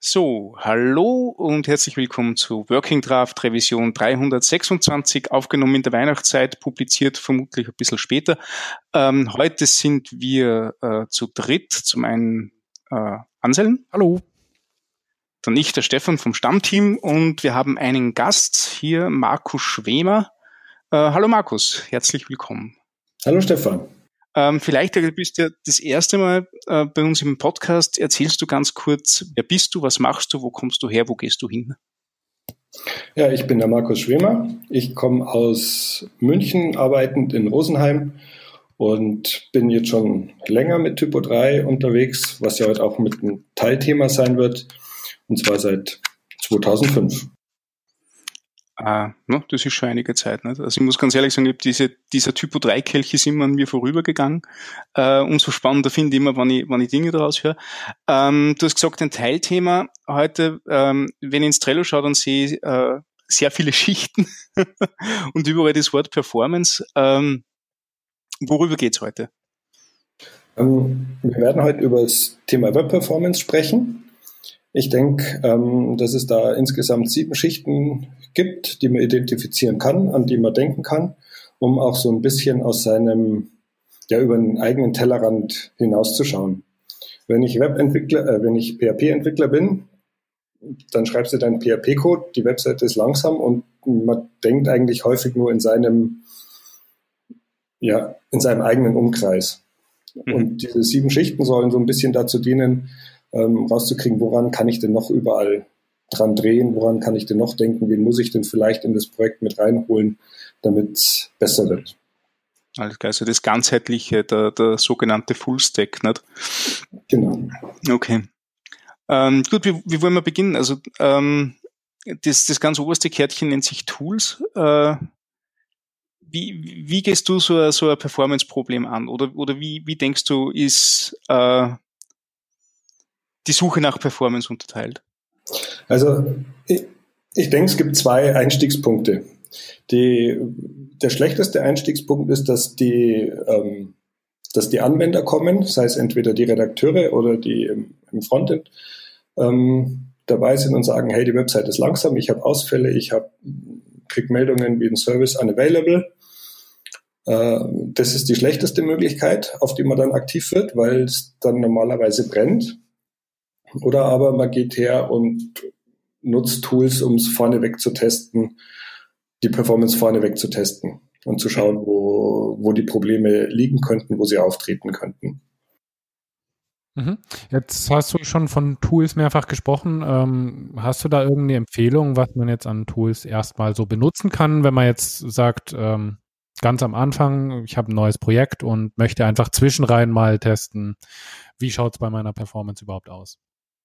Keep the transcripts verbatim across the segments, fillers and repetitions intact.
So, hallo und herzlich willkommen zu Working Draft Revision dreihundertsechsundzwanzig, aufgenommen in der Weihnachtszeit, publiziert vermutlich ein bisschen später. Ähm, heute sind wir äh, zu dritt, zum einen äh, Anselm. Hallo. Dann ich, der Stefan vom Stammteam, und wir haben einen Gast hier, Markus Schwemer. Äh, hallo Markus, herzlich willkommen. Hallo Stefan. Ähm, vielleicht, du bist ja das erste Mal äh, bei uns im Podcast. Erzählst du ganz kurz, wer bist du, was machst du, wo kommst du her, wo gehst du hin? Ja, ich bin der Markus Schwemer. Ich komme aus München, arbeitend in Rosenheim und bin jetzt schon länger mit Typo drei unterwegs, was ja heute auch mit einem Teilthema sein wird, und zwar seit zweitausendfünf. Ah, ne, das ist schon einige Zeit. Nicht? Also ich muss ganz ehrlich sagen, ich hab diese, dieser Typo drei Kelch ist immer an mir vorübergegangen. Äh, umso spannender finde ich immer, wenn ich, wenn ich Dinge daraus höre. Ähm, du hast gesagt, ein Teilthema heute, ähm, wenn ich ins Trello schaue, dann sehe ich äh, sehr viele Schichten und überall das Wort Performance. Ähm, worüber geht's heute? Ähm, wir werden heute über das Thema Web Performance sprechen. Ich denke, ähm, dass es da insgesamt sieben Schichten gibt, die man identifizieren kann, an die man denken kann, um auch so ein bisschen aus seinem, ja, über den eigenen Tellerrand hinauszuschauen. Wenn ich Webentwickler, äh, wenn ich P H P-Entwickler bin, dann schreibst du deinen P H P-Code, die Webseite ist langsam und man denkt eigentlich häufig nur in seinem, ja, in seinem eigenen Umkreis. Mhm. Und diese sieben Schichten sollen so ein bisschen dazu dienen, ähm, rauszukriegen, woran kann ich denn noch überall dran drehen, woran kann ich denn noch denken, wen muss ich denn vielleicht in das Projekt mit reinholen, damit es besser wird. Alles klar, also das ganzheitliche, der, der sogenannte Fullstack, nicht? Genau. Okay. Ähm, gut, wie, wie wollen wir beginnen? Also ähm, das, das ganz oberste Kärtchen nennt sich Tools. Äh, wie, wie gehst du so, so ein Performance-Problem an? Oder, oder wie, wie denkst du, ist äh, die Suche nach Performance unterteilt? Also ich, ich denke, es gibt zwei Einstiegspunkte. Die, der schlechteste Einstiegspunkt ist, dass die, ähm, dass die Anwender kommen, sei es entweder die Redakteure oder die im, im Frontend, ähm, dabei sind und sagen, hey, die Website ist langsam, ich habe Ausfälle, ich habe krieg Meldungen wie ein Service unavailable. Äh, das ist die schlechteste Möglichkeit, auf die man dann aktiv wird, weil es dann normalerweise brennt. Oder aber man geht her und nutzt Tools, um es vorneweg zu testen, die Performance vorneweg zu testen und zu schauen, wo, wo die Probleme liegen könnten, wo sie auftreten könnten. Mhm. Jetzt hast du schon von Tools mehrfach gesprochen. Ähm, hast du da irgendeine Empfehlung, was man jetzt an Tools erstmal so benutzen kann, wenn man jetzt sagt, ähm, ganz am Anfang, ich habe ein neues Projekt und möchte einfach zwischenrein mal testen, wie schaut es bei meiner Performance überhaupt aus?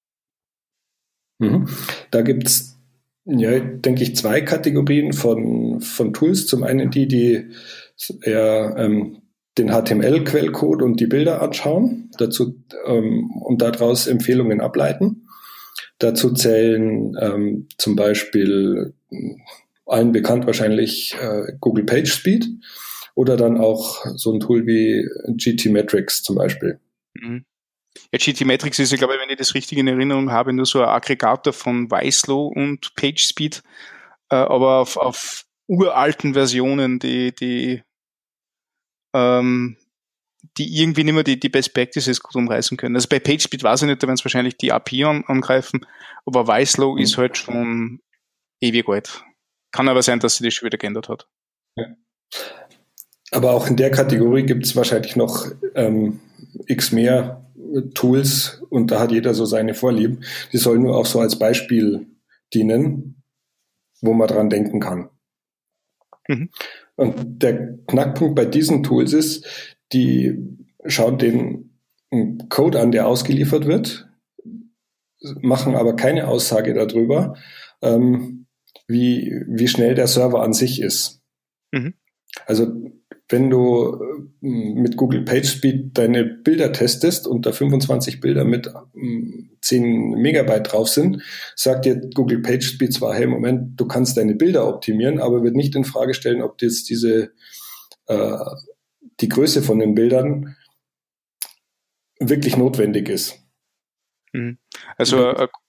Mhm. Da gibt es, ja, denke ich, zwei Kategorien von, von Tools. Zum einen die, die eher ähm, den H T M L-Quellcode und die Bilder anschauen, dazu ähm, und daraus Empfehlungen ableiten. Dazu zählen ähm, zum Beispiel allen bekannt wahrscheinlich äh, Google PageSpeed oder dann auch so ein Tool wie G T Metrix zum Beispiel. Mhm. Ja, G T Metrix ist ja, glaube ich, wenn ich das richtig in Erinnerung habe, nur so ein Aggregator von Wieslow und PageSpeed, äh, aber auf, auf uralten Versionen, die, die, ähm, die irgendwie nicht mehr die, die Best Practices gut umreißen können. Also bei PageSpeed weiß ich nicht, da werden es wahrscheinlich die A P I an, angreifen, aber Wieslow mhm. ist halt schon ewig alt. Kann aber sein, dass sich das schon wieder geändert hat. Ja. Aber auch in der Kategorie gibt es wahrscheinlich noch ähm, x mehr Tools und da hat jeder so seine Vorlieben. Die sollen nur auch so als Beispiel dienen, wo man dran denken kann. Mhm. Und der Knackpunkt bei diesen Tools ist, die schauen den Code an, der ausgeliefert wird, machen aber keine Aussage darüber, ähm, wie, wie schnell der Server an sich ist. Mhm. Also wenn du mit Google PageSpeed deine Bilder testest und da fünfundzwanzig Bilder mit zehn Megabyte drauf sind, sagt dir Google PageSpeed zwar, hey, Moment, du kannst deine Bilder optimieren, aber wird nicht in Frage stellen, ob jetzt diese äh, die Größe von den Bildern wirklich notwendig ist. Also ein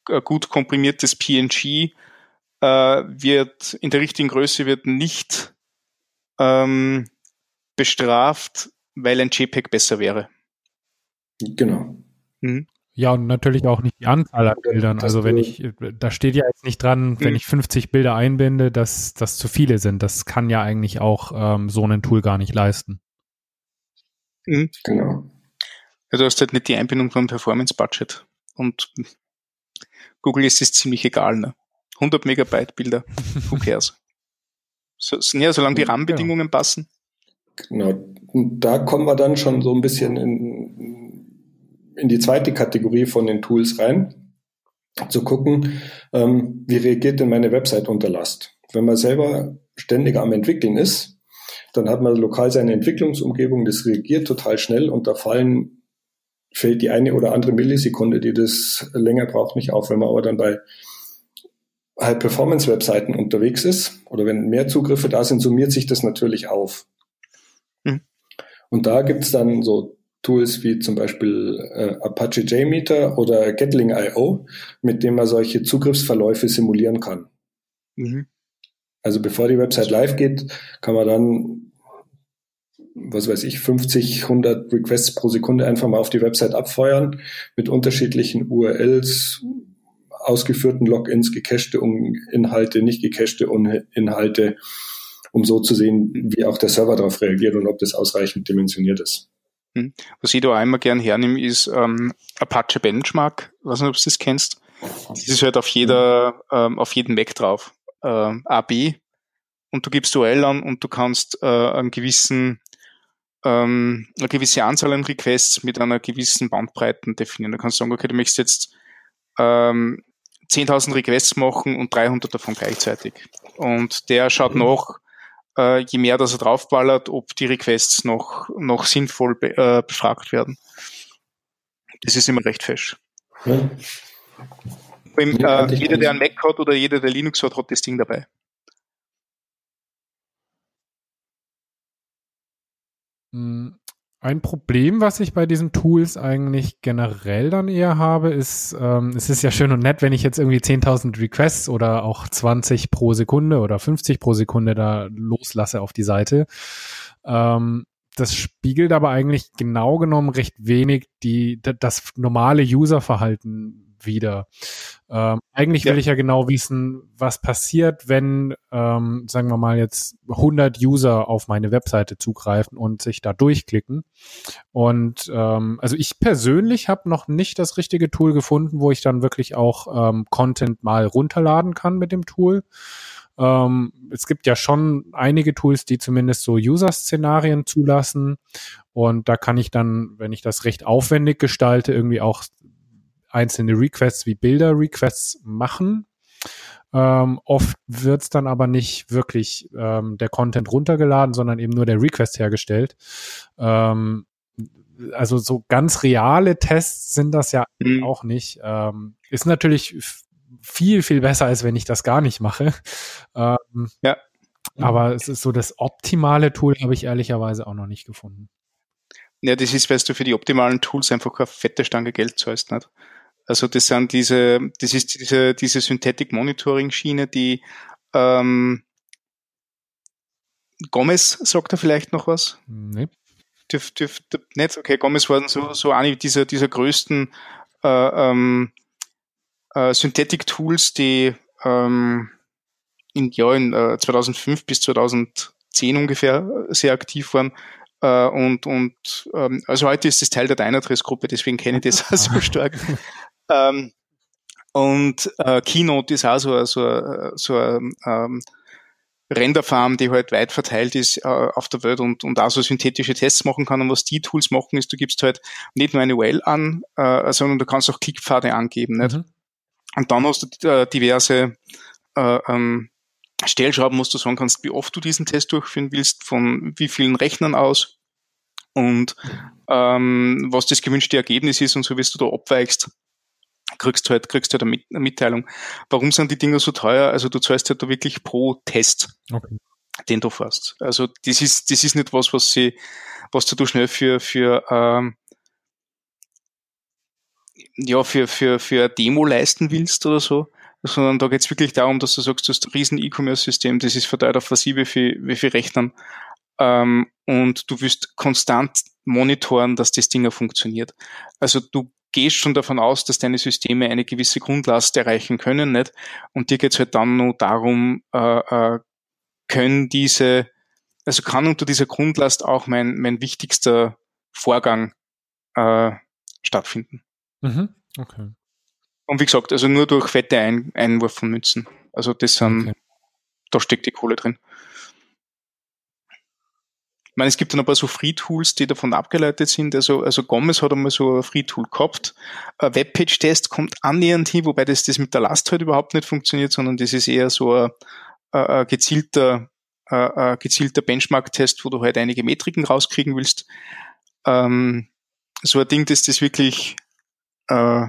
ein gut komprimiertes P N G äh, wird in der richtigen Größe wird nicht ähm, bestraft, weil ein JPEG besser wäre. Genau. Mhm. Ja, und natürlich auch nicht die Anzahl an Bildern. Das also wenn ich, da steht ja jetzt nicht dran, mhm. wenn ich fünfzig Bilder einbinde, dass das zu viele sind. Das kann ja eigentlich auch ähm, so ein Tool gar nicht leisten. Mhm. Genau. Ja, du hast halt nicht die Einbindung von Performance-Budget. Und Google ist es ziemlich egal, ne? hundert Megabyte Bilder, who cares? So, ja, solange die Rahmenbedingungen ja. passen. Genau. Und da kommen wir dann schon so ein bisschen in, in die zweite Kategorie von den Tools rein, zu gucken, ähm, wie reagiert denn meine Website unter Last? Wenn man selber ständig am Entwickeln ist, dann hat man lokal seine Entwicklungsumgebung, das reagiert total schnell und da fallen, fällt die eine oder andere Millisekunde, die das länger braucht, nicht auf. Wenn man aber dann bei High-Performance-Webseiten unterwegs ist oder wenn mehr Zugriffe da sind, summiert sich das natürlich auf. Mhm. Und da gibt es dann so Tools wie zum Beispiel äh, Apache JMeter oder Gatling Punkt io, mit dem man solche Zugriffsverläufe simulieren kann. Mhm. Also bevor die Website live geht, kann man dann, was weiß ich, fünfzig, hundert Requests pro Sekunde einfach mal auf die Website abfeuern mit unterschiedlichen U R Ls, ausgeführten Logins, gecachte Inhalte, nicht gecachte Inhalte, um so zu sehen, wie auch der Server darauf reagiert und ob das ausreichend dimensioniert ist. Was ich da auch immer gern hernehme, ist ähm, Apache Benchmark. Ich weiß nicht, ob du das kennst. Das ist halt auf jeder, ähm, auf jedem Mac drauf. Ähm, A B. Und du gibst U R L an und du kannst äh, einen gewissen, ähm, eine gewisse Anzahl an Requests mit einer gewissen Bandbreite definieren. Du kannst sagen, okay, du möchtest jetzt ähm, zehntausend Requests machen und dreihundert davon gleichzeitig. Und der schaut mhm. nach, äh, je mehr dass er draufballert, ob die Requests noch, noch sinnvoll be, äh, befragt werden. Das ist immer recht fesch. Ja. Beim, äh, jeder, der einen Mac hat oder jeder, der Linux hat, hat das Ding dabei. Ein Problem, was ich bei diesen Tools eigentlich generell dann eher habe, ist, ähm, es ist ja schön und nett, wenn ich jetzt irgendwie zehntausend Requests oder auch zwanzig pro Sekunde oder fünfzig pro Sekunde da loslasse auf die Seite. Ähm, das spiegelt aber eigentlich genau genommen recht wenig die, das normale Userverhalten wieder. Ähm, eigentlich will ja. ich ja genau wissen, was passiert, wenn, ähm, sagen wir mal jetzt hundert User auf meine Webseite zugreifen und sich da durchklicken. Und ähm, also ich persönlich habe noch nicht das richtige Tool gefunden, wo ich dann wirklich auch ähm, Content mal runterladen kann mit dem Tool. Ähm, es gibt ja schon einige Tools, die zumindest so User-Szenarien zulassen. Und da kann ich dann, wenn ich das recht aufwendig gestalte, irgendwie auch einzelne Requests wie Bilder-Requests machen. Ähm, oft wird es dann aber nicht wirklich ähm, der Content runtergeladen, sondern eben nur der Request hergestellt. Ähm, also so ganz reale Tests sind das ja mhm. auch nicht. Ähm, ist natürlich f- viel, viel besser, als wenn ich das gar nicht mache. Ähm, ja. Aber es ist so das optimale Tool, habe ich ehrlicherweise auch noch nicht gefunden. Ja, das ist, weil du für die optimalen Tools einfach eine fette Stange Geld zahlst, nicht? Also das sind diese, das ist diese, diese Synthetic Monitoring Schiene, die ähm, Gomez, sagt er vielleicht noch was? Nee. Dürf, dürf, dürf, nicht? Okay, Gomez war so, so eine dieser, dieser größten äh, ähm, äh, Synthetic Tools, die ähm, in, ja, in äh, zweitausendfünf bis zweitausendzehn ungefähr sehr aktiv waren. Uh, und und ähm, also heute ist das Teil der Dynatrace-Gruppe, deswegen kenne ich das auch so stark. ähm, und äh, Keynote ist auch so, so, so eine ähm, Renderfarm, die halt weit verteilt ist äh, auf der Welt und, und auch so synthetische Tests machen kann. Und was die Tools machen, ist, du gibst halt nicht nur eine U R L an, äh, sondern du kannst auch Klickpfade angeben. Nicht? Mhm. Und dann hast du äh, diverse äh, ähm, Stellschrauben, musst du sagen kannst, wie oft du diesen Test durchführen willst, von wie vielen Rechnern aus und ähm, was das gewünschte Ergebnis ist und so, wie du da abweichst, kriegst du halt, kriegst du halt eine Mitteilung. Warum sind die Dinger so teuer? Also du zahlst halt da wirklich pro Test, okay, den du fährst. Also das ist, das ist nicht was, was sie, was du schnell für, für, ähm, ja, für, für, für eine Demo leisten willst oder so, sondern da geht es wirklich darum, dass du sagst, du hast ein riesen E-Commerce-System, das ist verteilt auf was wie viel, wie viel Rechnern, ähm, und du willst konstant monitoren, dass das Ding funktioniert. Also du gehst schon davon aus, dass deine Systeme eine gewisse Grundlast erreichen können, nicht? Und dir geht es halt dann nur darum, äh, äh, können diese, also kann unter dieser Grundlast auch mein, mein wichtigster Vorgang äh, stattfinden. Mhm. Okay. Und wie gesagt, also nur durch fette Ein- Einwurf von Münzen. Also das sind, okay. Da steckt die Kohle drin. Ich meine, es gibt dann ein paar so Free-Tools, die davon abgeleitet sind. Also, also Gomez hat einmal so ein Free-Tool gehabt. Ein Webpage-Test kommt annähernd hin, wobei das, das mit der Last halt überhaupt nicht funktioniert, sondern das ist eher so ein, ein gezielter, ein gezielter Benchmark-Test, wo du halt einige Metriken rauskriegen willst. Ähm, so ein Ding, dass das wirklich äh,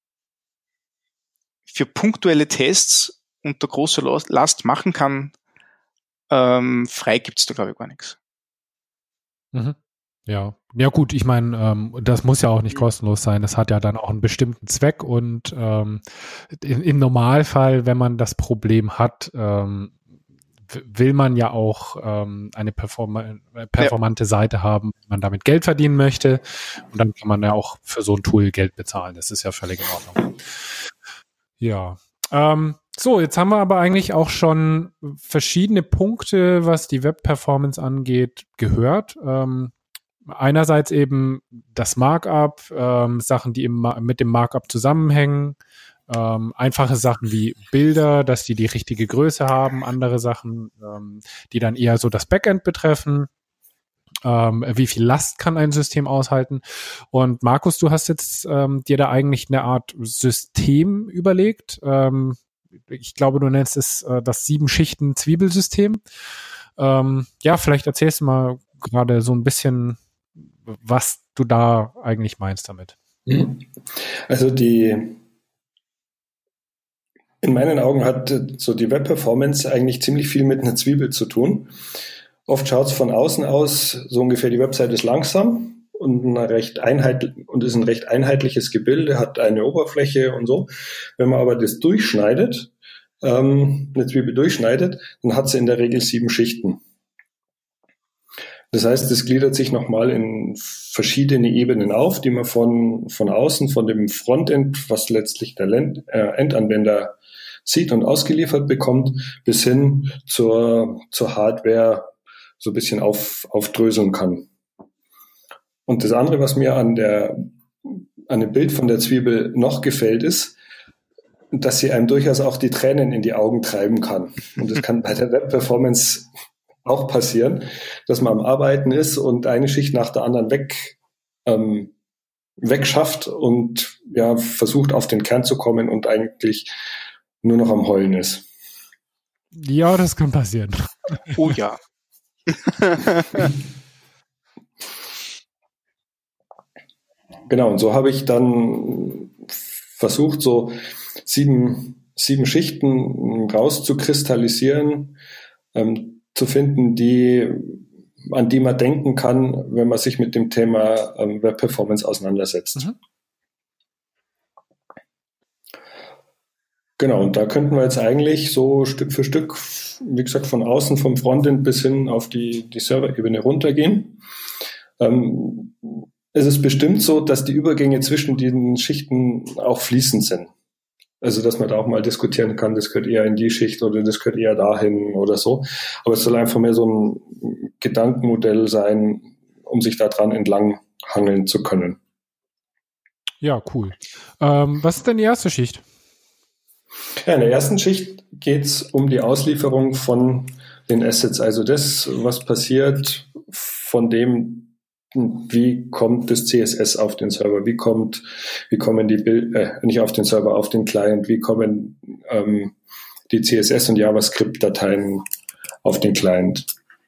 für punktuelle Tests unter großer Last machen kann, ähm, frei gibt's da, glaube ich, gar nichts. Mhm. Ja, ja gut, ich meine, ähm, das muss ja auch nicht kostenlos sein. Das hat ja dann auch einen bestimmten Zweck und ähm, im, im Normalfall, wenn man das Problem hat, ähm, will man ja auch ähm, eine perform- performante ja. Seite haben, wenn man damit Geld verdienen möchte. Und dann kann man ja auch für so ein Tool Geld bezahlen. Das ist ja völlig in Ordnung. Ja. Ähm, so, jetzt haben wir aber eigentlich auch schon verschiedene Punkte, was die Web-Performance angeht, gehört. Ähm, einerseits eben das Markup, ähm, Sachen, die im, mit dem Markup zusammenhängen, ähm, einfache Sachen wie Bilder, dass die die richtige Größe haben, andere Sachen, ähm, die dann eher so das Backend betreffen. Ähm, wie viel Last kann ein System aushalten? Und Markus, du hast jetzt ähm, dir da eigentlich eine Art System überlegt. Ähm, ich glaube, du nennst es äh, das Sieben-Schichten-Zwiebelsystem. Ähm, ja, vielleicht erzählst du mal gerade so ein bisschen, was du da eigentlich meinst damit. Also die in meinen Augen hat so die Web-Performance eigentlich ziemlich viel mit einer Zwiebel zu tun. Oft schaut es von außen aus, so ungefähr die Website ist langsam und, eine recht einheit- und ist ein recht einheitliches Gebilde, hat eine Oberfläche und so. Wenn man aber das durchschneidet, ähm, eine Zwiebel durchschneidet, dann hat sie in der Regel sieben Schichten. Das heißt, es gliedert sich nochmal in verschiedene Ebenen auf, die man von, von außen, von dem Frontend, was letztlich der Lend- äh, Endanwender sieht und ausgeliefert bekommt, bis hin zur, zur Hardware so ein bisschen auf, aufdröseln kann. Und das andere, was mir an der, an dem Bild von der Zwiebel noch gefällt, ist, dass sie einem durchaus auch die Tränen in die Augen treiben kann. Und das kann bei der Web-Performance auch passieren, dass man am Arbeiten ist und eine Schicht nach der anderen weg, ähm, wegschafft und ja, versucht auf den Kern zu kommen und eigentlich nur noch am Heulen ist. Ja, das kann passieren. Oh ja. Genau, und so habe ich dann versucht, so sieben, sieben Schichten rauszukristallisieren, ähm, zu finden, die, an die man denken kann, wenn man sich mit dem Thema ähm, Web-Performance auseinandersetzt. Mhm. Genau, und da könnten wir jetzt eigentlich so Stück für Stück, wie gesagt, von außen vom Frontend bis hin auf die, die Server-Ebene runtergehen. Ähm, es ist bestimmt so, dass die Übergänge zwischen diesen Schichten auch fließend sind. Also, dass man da auch mal diskutieren kann, das gehört eher in die Schicht oder das gehört eher dahin oder so. Aber es soll einfach mehr so ein Gedankenmodell sein, um sich da dran entlang hangeln zu können. Ja, cool. Ähm, was ist denn die erste Schicht? Ja, in der ersten Schicht geht es um die Auslieferung von den Assets, also das, was passiert von dem, wie kommt das C S S auf den Server, wie kommt, wie kommen die Bild, äh, nicht auf den Server, auf den Client, wie kommen ähm, die C S S und JavaScript-Dateien auf den Client.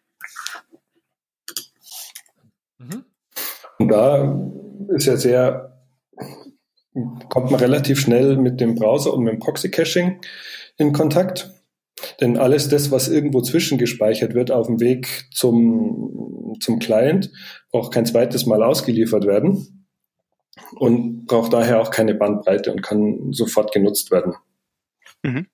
Mhm. Und da ist ja sehr kommt man relativ schnell mit dem Browser und mit dem Proxy-Caching in Kontakt. Denn alles das, was irgendwo zwischengespeichert wird auf dem Weg zum, zum Client, braucht kein zweites Mal ausgeliefert werden. und braucht daher auch keine Bandbreite und kann sofort genutzt werden. Mhm.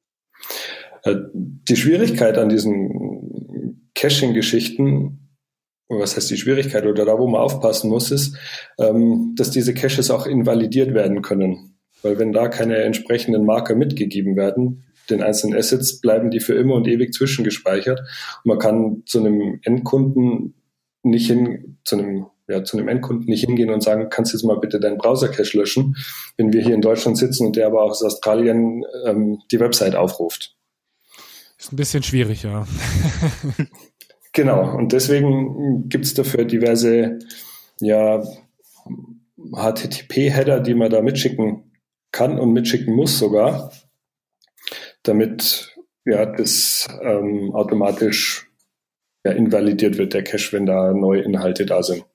Die Schwierigkeit an diesen Caching-Geschichten, was heißt die Schwierigkeit oder da, wo man aufpassen muss, ist, dass diese Caches auch invalidiert werden können. Weil wenn da keine entsprechenden Marker mitgegeben werden, den einzelnen Assets, bleiben die für immer und ewig zwischengespeichert. Und man kann zu einem Endkunden nicht hin, zu einem, ja, zu einem Endkunden nicht hingehen und sagen, kannst du jetzt mal bitte deinen Browser-Cache löschen, wenn wir hier in Deutschland sitzen und der aber auch aus Australien ähm, die Website aufruft. Ist ein bisschen schwierig, ja. Genau. Und deswegen gibt es dafür diverse, ja, H T T P-Header, die man da mitschicken kann und mitschicken muss sogar, damit ja das ähm, automatisch ja, invalidiert wird, der Cache, wenn da neue Inhalte da sind.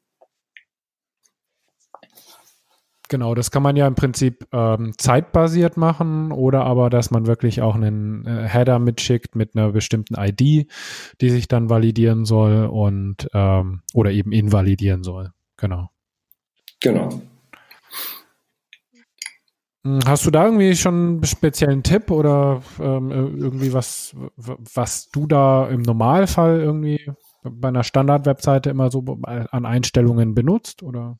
Genau, das kann man ja im Prinzip ähm, zeitbasiert machen oder aber, dass man wirklich auch einen äh, Header mitschickt mit einer bestimmten I D, die sich dann validieren soll und ähm, oder eben invalidieren soll. Genau. Genau. Hast du da irgendwie schon einen speziellen Tipp oder ähm, irgendwie was, was du da im Normalfall irgendwie bei einer Standard-Webseite immer so an Einstellungen benutzt, oder?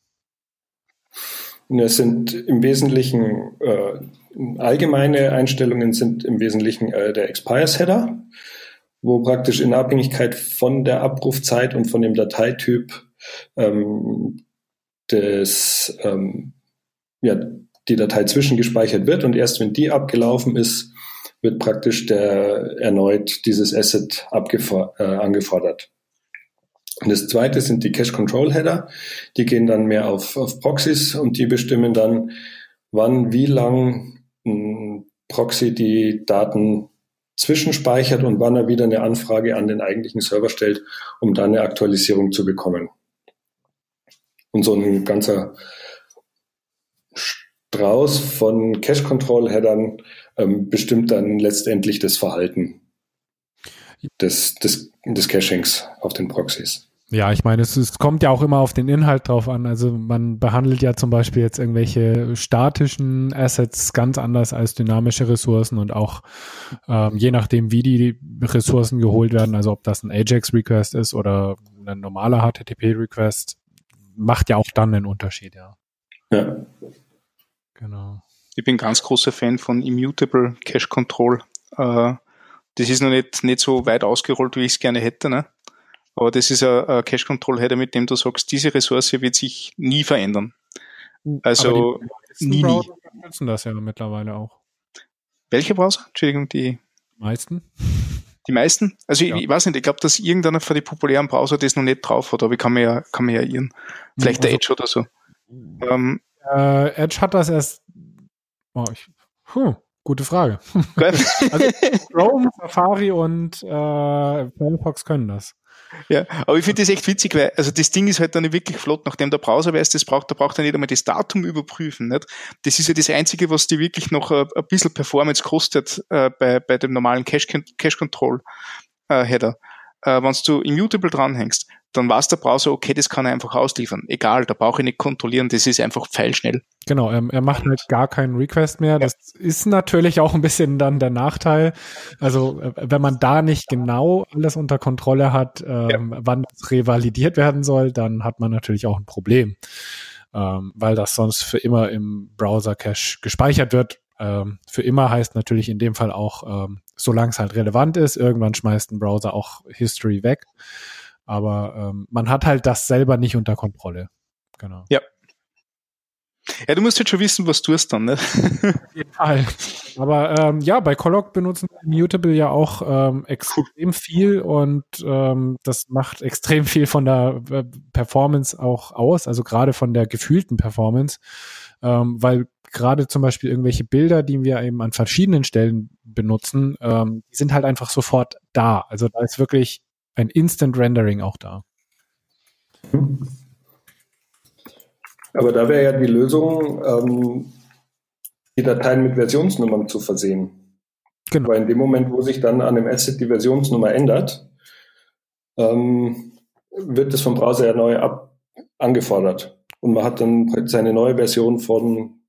Es sind im Wesentlichen äh, allgemeine Einstellungen sind im Wesentlichen äh, der Expires-Header, wo praktisch in Abhängigkeit von der Abrufzeit und von dem Dateityp ähm, des ähm, ja, die Datei zwischengespeichert wird und erst wenn die abgelaufen ist, wird praktisch der erneut dieses Asset abgefor- äh, angefordert. Und das zweite sind die Cache Control Header. Die gehen dann mehr auf, auf Proxys und die bestimmen dann, wann, wie lang ein Proxy die Daten zwischenspeichert und wann er wieder eine Anfrage an den eigentlichen Server stellt, um dann eine Aktualisierung zu bekommen. Und so ein ganzer Strauß von Cache-Control-Headern ähm, bestimmt dann letztendlich das Verhalten des, des, des Cachings auf den Proxys. Ja, ich meine, es, es kommt ja auch immer auf den Inhalt drauf an. Also man behandelt ja zum Beispiel jetzt irgendwelche statischen Assets ganz anders als dynamische Ressourcen und auch ähm, je nachdem, wie die Ressourcen geholt werden, also ob das ein Ajax-Request ist oder ein normaler H T T P-Request, macht ja auch dann einen Unterschied, ja. Ja. Genau. Ich bin ganz großer Fan von Immutable Cache Control. Äh, das ist noch nicht, nicht so weit ausgerollt, wie ich es gerne hätte, ne? Aber das ist ein, ein Cache Control Header, mit dem du sagst, diese Ressource wird sich nie verändern. Also die nie, nie. Nutzen das ja mittlerweile auch. Welche Browser? Entschuldigung, die meisten. Die meisten? Also ja. ich, ich weiß nicht, ich glaube, dass irgendeiner von den populären Browser das noch nicht drauf hat, aber ich kann mir ja, kann mir ja irren. Vielleicht also, der Edge oder so. Ähm, äh, Edge hat das erst. Oh, ich, huh, gute Frage. Also Chrome, Safari und äh, Firefox können das. Ja, aber ich finde das echt witzig, weil also das Ding ist halt dann nicht wirklich flott, nachdem der Browser weiß, das braucht, da braucht er nicht einmal das Datum überprüfen. Nicht? Das ist ja das Einzige, was die wirklich noch ein, ein bisschen Performance kostet äh, bei, bei dem normalen Cache, Cache Control äh, Header. Äh, wenn du Immutable dranhängst, dann weiß der Browser, okay, das kann er einfach ausliefern. Egal, da brauche ich nicht kontrollieren, das ist einfach pfeilschnell. Genau, er, er macht halt gar keinen Request mehr. Das ja. ist natürlich auch ein bisschen dann der Nachteil. Also wenn man da nicht genau alles unter Kontrolle hat, ähm, ja. wann das revalidiert werden soll, dann hat man natürlich auch ein Problem, ähm, weil das sonst für immer im Browser-Cache gespeichert wird. Ähm, für immer heißt natürlich in dem Fall auch, ähm, solange es halt relevant ist, irgendwann schmeißt ein Browser auch History weg. Aber ähm, man hat halt das selber nicht unter Kontrolle. Genau. Ja. Ja, du musst jetzt schon wissen, was du tust dann, ne? Auf jeden Fall. Aber ähm, ja, bei Colloc benutzen Immutable ja auch ähm, extrem viel und ähm, das macht extrem viel von der äh, Performance auch aus, also gerade von der gefühlten Performance, ähm, weil gerade zum Beispiel irgendwelche Bilder, die wir eben an verschiedenen Stellen benutzen, ähm, die sind halt einfach sofort da. Also da ist wirklich ein Instant Rendering auch da. Aber da wäre ja die Lösung, ähm, die Dateien mit Versionsnummern zu versehen. Genau. Weil in dem Moment, wo sich dann an dem Asset die Versionsnummer ändert, ähm, wird es vom Browser ja neu ab angefordert. und man hat dann seine neue Version von,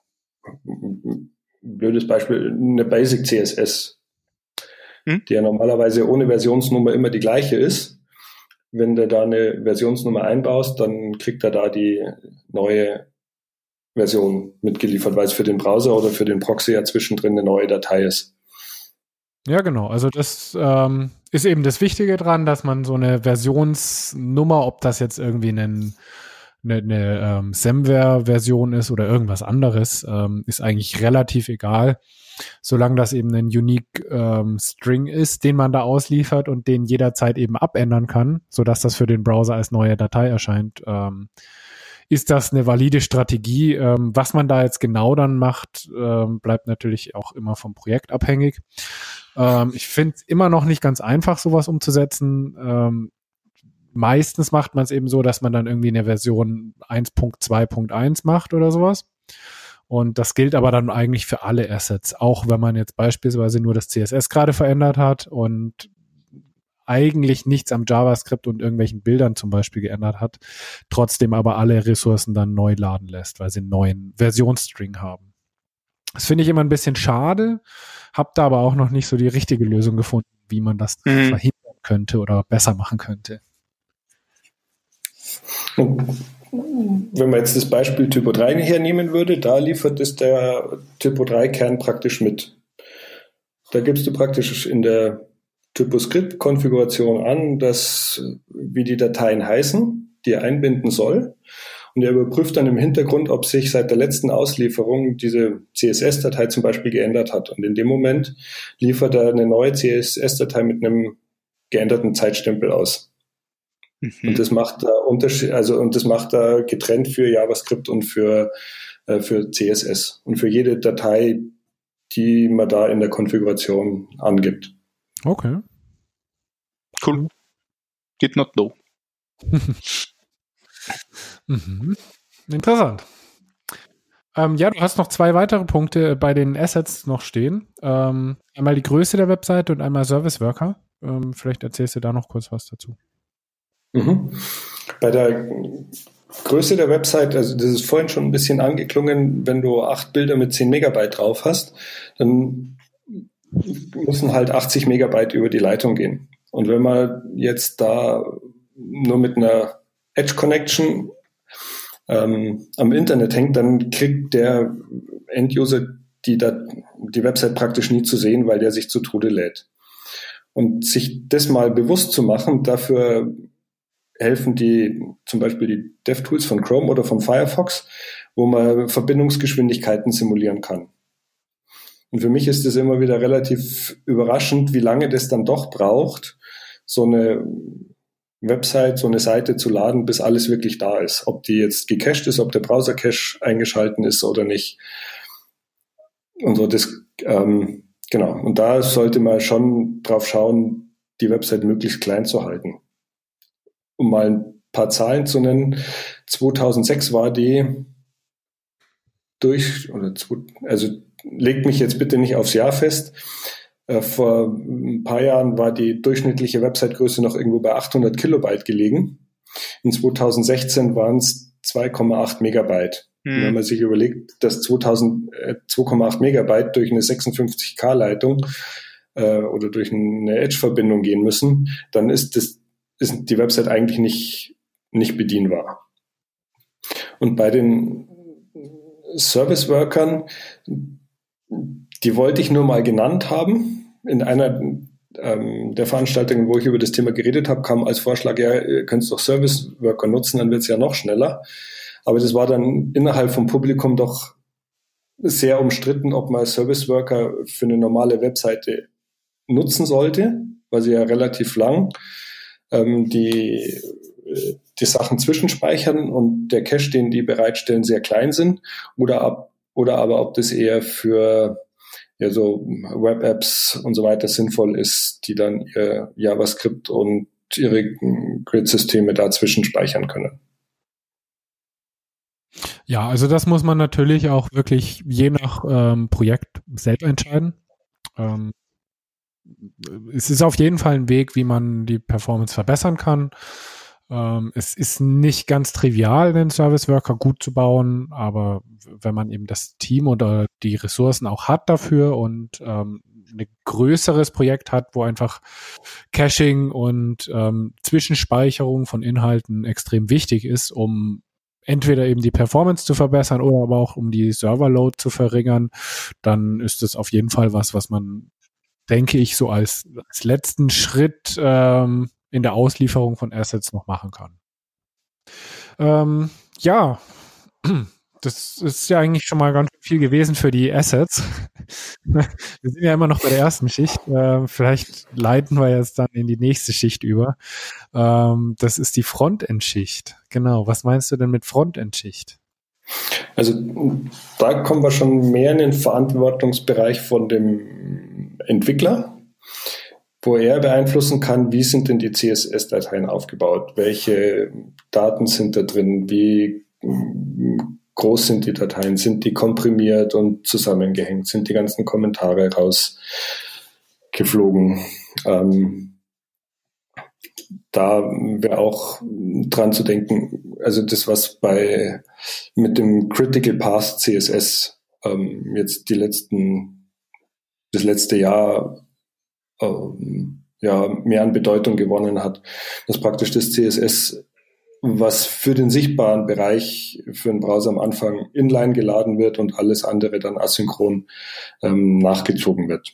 blödes Beispiel, eine Basic C S S, hm? die ja normalerweise ohne Versionsnummer immer die gleiche ist. Wenn du da eine Versionsnummer einbaust, dann kriegt er da die neue Version mitgeliefert, weil es für den Browser oder für den Proxy ja zwischendrin eine neue Datei ist. Ja, genau. Also das ähm, ist eben das Wichtige dran, dass man so eine Versionsnummer, ob das jetzt irgendwie einen, eine, eine ähm, Semver-Version ist oder irgendwas anderes, ähm, ist eigentlich relativ egal, solange das eben ein unique ähm, String ist, den man da ausliefert und den jederzeit eben abändern kann, sodass das für den Browser als neue Datei erscheint. Ähm, ist das eine valide Strategie? Ähm, was man da jetzt genau dann macht, ähm, bleibt natürlich auch immer vom Projekt abhängig. Ähm, ich finde es immer noch nicht ganz einfach, sowas umzusetzen. Ähm, meistens macht man es eben so, dass man dann irgendwie eine Version eins Punkt zwei Punkt eins macht oder sowas. Und das gilt aber dann eigentlich für alle Assets, auch wenn man jetzt beispielsweise nur das C S S gerade verändert hat und eigentlich nichts am JavaScript und irgendwelchen Bildern zum Beispiel geändert hat, trotzdem aber alle Ressourcen dann neu laden lässt, weil sie einen neuen Versionsstring haben. Das finde ich immer ein bisschen schade, habe da aber auch noch nicht so die richtige Lösung gefunden, wie man das mhm. verhindern könnte oder besser machen könnte. Wenn man jetzt das Beispiel Typo drei hernehmen würde, da liefert es der Typo drei Kern praktisch mit. Da gibst du praktisch in der Typoscript-Konfiguration an, dass, wie die Dateien heißen, die er einbinden soll. Und er überprüft dann im Hintergrund, ob sich seit der letzten Auslieferung diese C S S-Datei zum Beispiel geändert hat. Und in dem Moment liefert er eine neue C S S-Datei mit einem geänderten Zeitstempel aus. Mhm. Und das macht er Unterschied, also und das macht er getrennt für JavaScript und für, äh, für C S S und für jede Datei, die man da in der Konfiguration angibt. Okay. Cool. Did not know. mhm. Interessant. Ähm, ja, du hast noch zwei weitere Punkte bei den Assets noch stehen. Ähm, einmal die Größe der Webseite und einmal Service Worker. Ähm, vielleicht erzählst du da noch kurz was dazu. Mhm. Bei der Größe der Website, also das ist vorhin schon ein bisschen angeklungen, wenn du acht Bilder mit zehn Megabyte drauf hast, dann müssen halt achtzig Megabyte über die Leitung gehen. Und wenn man jetzt da nur mit einer Edge Connection ähm, am Internet hängt, dann kriegt der End-User die, die Website praktisch nie zu sehen, weil der sich zu Tode lädt. Und sich das mal bewusst zu machen, dafür helfen die zum Beispiel die DevTools von Chrome oder von Firefox, wo man Verbindungsgeschwindigkeiten simulieren kann. Und für mich ist es immer wieder relativ überraschend, wie lange das dann doch braucht, so eine Website, so eine Seite zu laden, bis alles wirklich da ist. Ob die jetzt gecached ist, ob der Browser-Cache eingeschalten ist oder nicht. Und so das, ähm, genau. Und da sollte man schon drauf schauen, die Website möglichst klein zu halten. Um mal ein paar Zahlen zu nennen. zweitausendsechs war die durch, oder also legt mich jetzt bitte nicht aufs Jahr fest. Äh, vor ein paar Jahren war die durchschnittliche Website-Größe noch irgendwo bei achthundert Kilobyte gelegen. In zweitausendsechzehn waren es zwei Komma acht Megabyte. Hm. Und wenn man sich überlegt, dass zweitausend, äh, zwei Komma acht Megabyte durch eine sechsundfünfzig K Leitung äh, oder durch eine Edge-Verbindung gehen müssen, dann ist das ist die Website eigentlich nicht, nicht bedienbar. Und bei den Service-Workern, die wollte ich nur mal genannt haben. In einer ähm, der Veranstaltungen, wo ich über das Thema geredet habe, kam als Vorschlag, ja, ihr könnt doch Service-Worker nutzen, dann wird es ja noch schneller. Aber das war dann innerhalb vom Publikum doch sehr umstritten, ob man Service-Worker für eine normale Webseite nutzen sollte, weil sie ja relativ lang ähm, die die Sachen zwischenspeichern und der Cache, den die bereitstellen, sehr klein sind, oder ab, oder aber ob das eher für ja, so Web-Apps und so weiter sinnvoll ist, die dann ihr JavaScript und ihre Grid-Systeme da zwischenspeichern können. Ja, also das muss man natürlich auch wirklich je nach ähm, Projekt selber entscheiden. Ähm, es ist auf jeden Fall ein Weg, wie man die Performance verbessern kann. Ähm, es ist nicht ganz trivial, den Service Worker gut zu bauen, aber wenn man eben das Team oder die Ressourcen auch hat dafür und ähm, ein größeres Projekt hat, wo einfach Caching und ähm, Zwischenspeicherung von Inhalten extrem wichtig ist, um entweder eben die Performance zu verbessern oder aber auch um die Serverload zu verringern, dann ist das auf jeden Fall was, was man, denke ich, so als, als letzten Schritt ähm, in der Auslieferung von Assets noch machen kann. Ähm, ja, das ist ja eigentlich schon mal ganz viel gewesen für die Assets. Wir sind ja immer noch bei der ersten Schicht. Äh, vielleicht leiten wir jetzt dann in die nächste Schicht über. Ähm, das ist die Frontend-Schicht. Genau. Was meinst du denn mit Frontend-Schicht? Also da kommen wir schon mehr in den Verantwortungsbereich von dem Entwickler, wo er beeinflussen kann, wie sind denn die C S S-Dateien aufgebaut, welche Daten sind da drin, wie groß sind die Dateien, sind die komprimiert und zusammengehängt, sind die ganzen Kommentare rausgeflogen. Ähm, da wäre auch dran zu denken, also das, was bei mit dem Critical Path C S S ähm, jetzt die letzten, das letzte Jahr ähm, ja mehr an Bedeutung gewonnen hat, dass praktisch das C S S, was für den sichtbaren Bereich für den Browser am Anfang inline geladen wird und alles andere dann asynchron ähm, nachgezogen wird.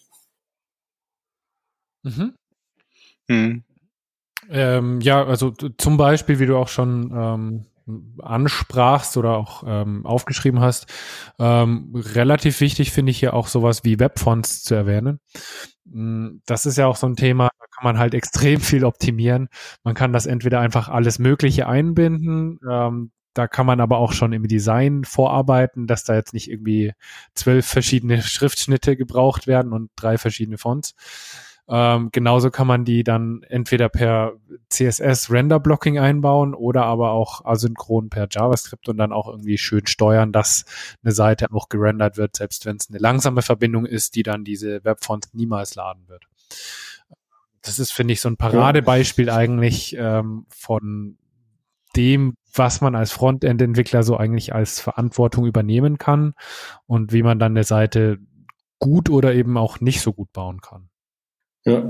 Mhm. Mhm. Ähm, ja, also zum Beispiel, wie du auch schon ähm, ansprachst oder auch ähm, aufgeschrieben hast, ähm, relativ wichtig finde ich hier auch sowas wie Webfonts zu erwähnen. Das ist ja auch so ein Thema, da kann man halt extrem viel optimieren. Man kann das entweder einfach alles Mögliche einbinden, ähm, da kann man aber auch schon im Design vorarbeiten, dass da jetzt nicht irgendwie zwölf verschiedene Schriftschnitte gebraucht werden und drei verschiedene Fonts. Ähm, genauso kann man die dann entweder per C S S Render Blocking einbauen oder aber auch asynchron per JavaScript und dann auch irgendwie schön steuern, dass eine Seite auch gerendert wird, selbst wenn es eine langsame Verbindung ist, die dann diese Webfonts niemals laden wird. Das ist, finde ich, so ein Paradebeispiel eigentlich ähm, von dem, was man als Frontend-Entwickler so eigentlich als Verantwortung übernehmen kann und wie man dann eine Seite gut oder eben auch nicht so gut bauen kann. Ja.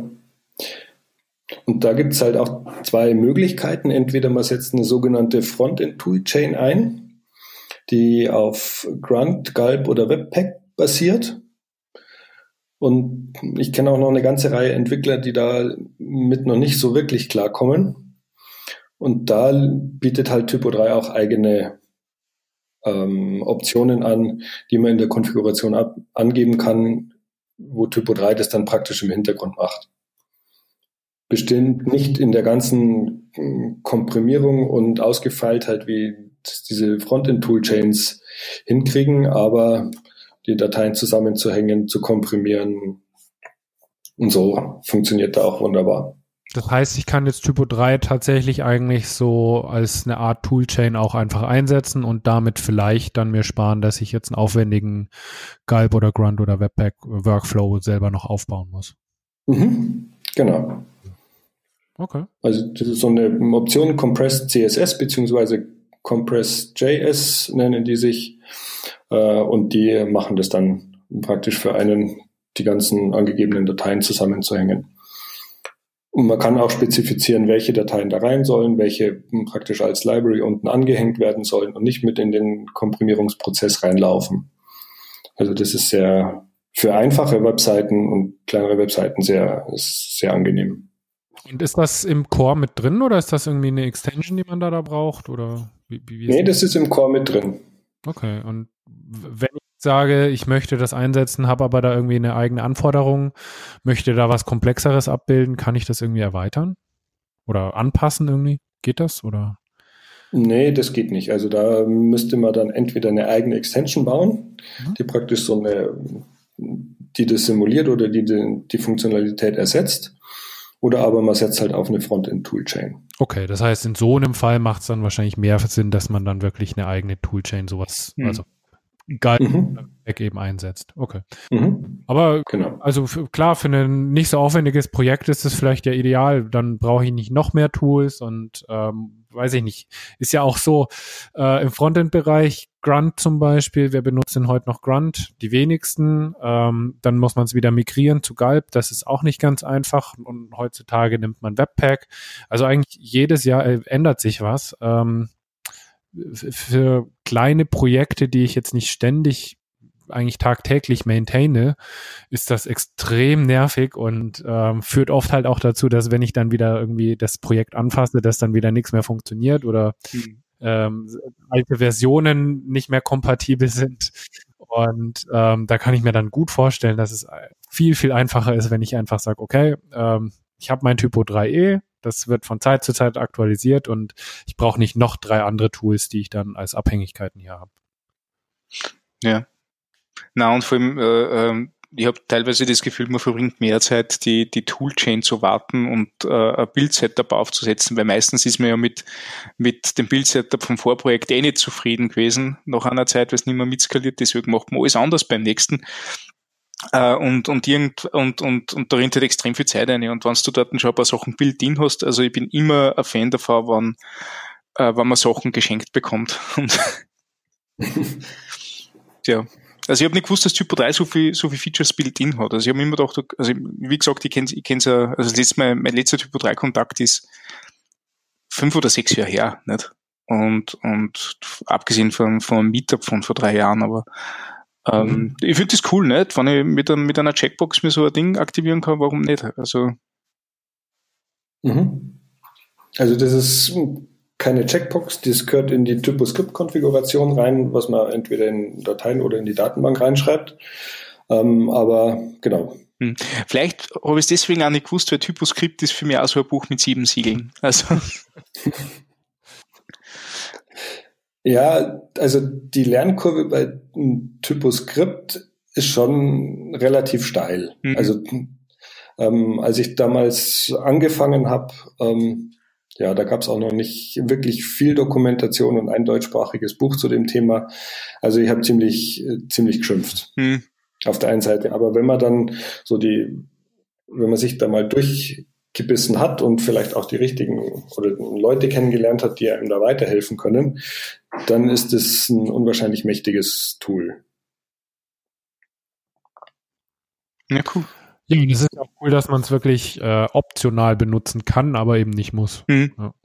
Und da gibt es halt auch zwei Möglichkeiten. Entweder man setzt eine sogenannte Frontend-Toolchain ein, die auf Grunt, Gulp oder Webpack basiert. Und ich kenne auch noch eine ganze Reihe Entwickler, die da mit noch nicht so wirklich klarkommen. Und da bietet halt Typo drei auch eigene ähm, Optionen an, die man in der Konfiguration ab- angeben kann, wo Typo drei das dann praktisch im Hintergrund macht. Bestimmt nicht in der ganzen Komprimierung und Ausgefeiltheit, wie diese Frontend-Toolchains hinkriegen, aber die Dateien zusammenzuhängen, zu komprimieren und so funktioniert da auch wunderbar. Das heißt, ich kann jetzt Typo drei tatsächlich eigentlich so als eine Art Toolchain auch einfach einsetzen und damit vielleicht dann mir sparen, dass ich jetzt einen aufwendigen Gulp oder Grunt oder Webpack Workflow selber noch aufbauen muss. Mhm, genau. Okay. Also das ist so eine Option, Compressed C S S beziehungsweise Compressed J S nennen die sich äh, und die machen das dann praktisch für einen, die ganzen angegebenen Dateien zusammenzuhängen. Und man kann auch spezifizieren, welche Dateien da rein sollen, welche praktisch als Library unten angehängt werden sollen und nicht mit in den Komprimierungsprozess reinlaufen. Also das ist sehr für einfache Webseiten und kleinere Webseiten sehr, ist sehr angenehm. Und ist das im Core mit drin oder ist das irgendwie eine Extension, die man da, da braucht? Oder wie, wie nee, das ist im Core mit drin. Okay, und wenn ich sage, ich möchte das einsetzen, habe aber da irgendwie eine eigene Anforderung, möchte da was Komplexeres abbilden, kann ich das irgendwie erweitern? Oder anpassen irgendwie? Geht das? Oder? Nee, das geht nicht. Also da müsste man dann entweder eine eigene Extension bauen, mhm. die praktisch so eine, die das simuliert oder die die, die Funktionalität ersetzt. Oder aber man setzt halt auf eine Frontend-Toolchain. Okay, das heißt, in so einem Fall macht es dann wahrscheinlich mehr Sinn, dass man dann wirklich eine eigene Toolchain sowas, hm. also Gulp Mhm. eben einsetzt. Okay. Mhm. Aber Genau. also für, klar, für ein nicht so aufwendiges Projekt ist es vielleicht ja ideal. Dann brauche ich nicht noch mehr Tools und ähm, weiß ich nicht. Ist ja auch so äh, im Frontend-Bereich Grunt zum Beispiel. Wer benutzt denn heute noch Grunt? Die wenigsten. Ähm, dann muss man es wieder migrieren zu Gulp. Das ist auch nicht ganz einfach. Und heutzutage nimmt man Webpack. Also eigentlich jedes Jahr äh, ändert sich was. Ähm, für kleine Projekte, die ich jetzt nicht ständig eigentlich tagtäglich maintaine, ist das extrem nervig und ähm, führt oft halt auch dazu, dass wenn ich dann wieder irgendwie das Projekt anfasse, dass dann wieder nichts mehr funktioniert oder Mhm. ähm, alte Versionen nicht mehr kompatibel sind. Und ähm, da kann ich mir dann gut vorstellen, dass es viel, viel einfacher ist, wenn ich einfach sage, okay, ähm, ich habe mein Typo drei e, das wird von Zeit zu Zeit aktualisiert und ich brauche nicht noch drei andere Tools, die ich dann als Abhängigkeiten hier habe. Ja. Na, und vor allem, äh, ähm, ich habe teilweise das Gefühl, man verbringt mehr Zeit, die, die Toolchain zu warten und äh, ein Build-Setup aufzusetzen, weil meistens ist man ja mit, mit dem Build-Setup vom Vorprojekt eh nicht zufrieden gewesen nach einer Zeit, weil es nicht mehr mitskaliert, deswegen macht man alles anders beim nächsten. Uh, und, und, irgend, und, und, und da rennt halt extrem viel Zeit rein. Und wenn du dort schon ein paar Sachen built-in hast, also ich bin immer ein Fan davon, wenn, uh, wenn man Sachen geschenkt bekommt. Und ja. Also ich habe nicht gewusst, dass Typo drei so viel, so viel Features built-in hat. Also ich habe immer gedacht, also wie gesagt, ich kenne ich kenn's ja, also das letzte Mal, mein letzter Typo drei Kontakt ist fünf oder sechs Jahre her, nicht? Und, und abgesehen von, von einem Meetup von vor drei Jahren, aber Ähm, mhm. ich finde das cool, nicht? Wenn ich mit, einem, mit einer Checkbox mir so ein Ding aktivieren kann, warum nicht? Also, mhm. also das ist keine Checkbox, das gehört in die TypoScript-Konfiguration rein, was man entweder in Dateien oder in die Datenbank reinschreibt. Ähm, aber genau. Hm. Vielleicht habe ich es deswegen auch nicht gewusst, weil TypoScript ist für mich auch so ein Buch mit sieben Siegeln. Also ja, also die Lernkurve bei TypoScript ist schon relativ steil. Mhm. Also ähm, als ich damals angefangen habe, ähm, ja, da gab es auch noch nicht wirklich viel Dokumentation und ein deutschsprachiges Buch zu dem Thema. Also ich habe ziemlich, ziemlich geschimpft. Mhm. Auf der einen Seite. Aber wenn man dann so die, wenn man sich da mal durchgebissen hat und vielleicht auch die richtigen oder Leute kennengelernt hat, die einem da weiterhelfen können, dann ist es ein unwahrscheinlich mächtiges Tool. Ja, cool. Ja, das ist auch cool, dass man es wirklich äh, optional benutzen kann, aber eben nicht muss. Mhm. Ja.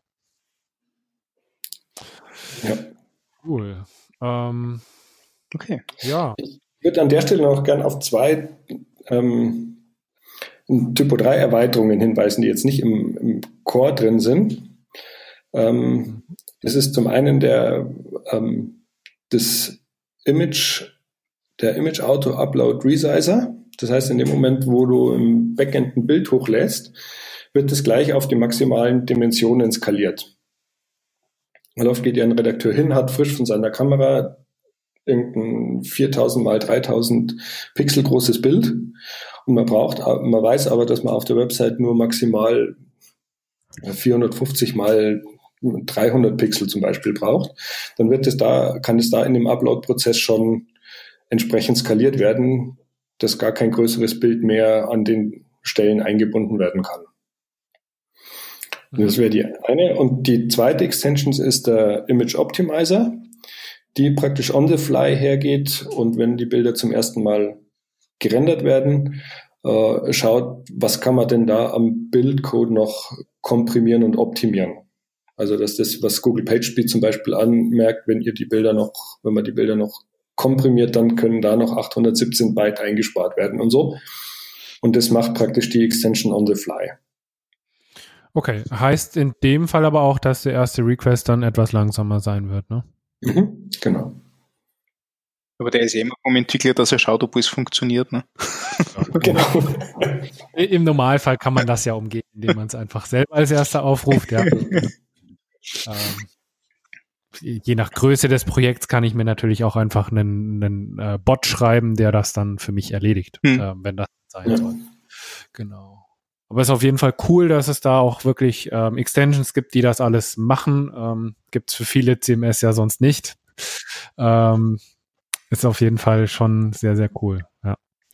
Ja. Cool. Ähm, okay. Ja. Ich würde an der Stelle noch gern auf zwei ähm, Typo drei Erweiterungen hinweisen, die jetzt nicht im, im Core drin sind. Ähm, das ist zum einen der ähm, das Image, der Image Auto Upload Resizer. Das heißt, in dem Moment, wo du im Backend ein Bild hochlädst, wird es gleich auf die maximalen Dimensionen skaliert. Und oft geht ja ein Redakteur hin, hat frisch von seiner Kamera irgendein viertausend mal dreitausend Pixel großes Bild und man braucht, man weiß aber, dass man auf der Website nur maximal vierhundertfünfzig mal dreihundert Pixel zum Beispiel braucht, dann wird es da, kann es da in dem Upload-Prozess schon entsprechend skaliert werden, dass gar kein größeres Bild mehr an den Stellen eingebunden werden kann. Mhm. Das wäre die eine. Und die zweite Extension ist der Image Optimizer, die praktisch on the fly hergeht und wenn die Bilder zum ersten Mal gerendert werden, äh, schaut, was kann man denn da am Bildcode noch komprimieren und optimieren. Also dass das, was Google PageSpeed zum Beispiel anmerkt, wenn ihr die Bilder noch, wenn man die Bilder noch komprimiert, dann können da noch achthundertsiebzehn Byte eingespart werden und so. Und das macht praktisch die Extension on the fly. Okay, heißt in dem Fall aber auch, dass der erste Request dann etwas langsamer sein wird, ne? Mhm, genau. Aber der ist ja immer vom Entwickler, dass er schaut, ob es funktioniert, ne? Genau. Im Normalfall kann man das ja umgehen, indem man es einfach selber als erster aufruft, ja. ähm, je nach Größe des Projekts kann ich mir natürlich auch einfach einen, einen äh, Bot schreiben, der das dann für mich erledigt, hm. äh, wenn das sein soll. Genau. Aber es ist auf jeden Fall cool, dass es da auch wirklich ähm, Extensions gibt, die das alles machen. Ähm, gibt es für viele C M S ja sonst nicht. Ähm, ist auf jeden Fall schon sehr, sehr cool. Ja.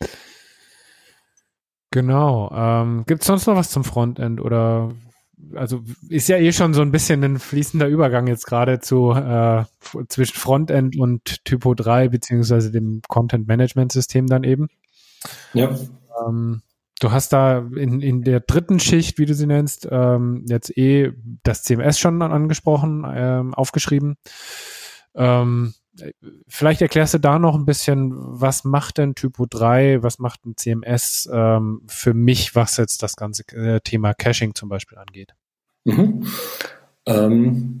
Genau. Ähm, gibt es sonst noch was zum Frontend oder also ist ja eh schon so ein bisschen ein fließender Übergang jetzt gerade zu äh, zwischen Frontend und Typo drei beziehungsweise dem Content-Management-System dann eben. Ja. Ähm, du hast da in, in der dritten Schicht, wie du sie nennst, ähm, jetzt eh das C M S schon angesprochen, ähm, aufgeschrieben. Ähm, vielleicht erklärst du da noch ein bisschen, was macht denn Typo drei, was macht ein C M S ähm, für mich, was jetzt das ganze äh, Thema Caching zum Beispiel angeht? Mhm. Ähm,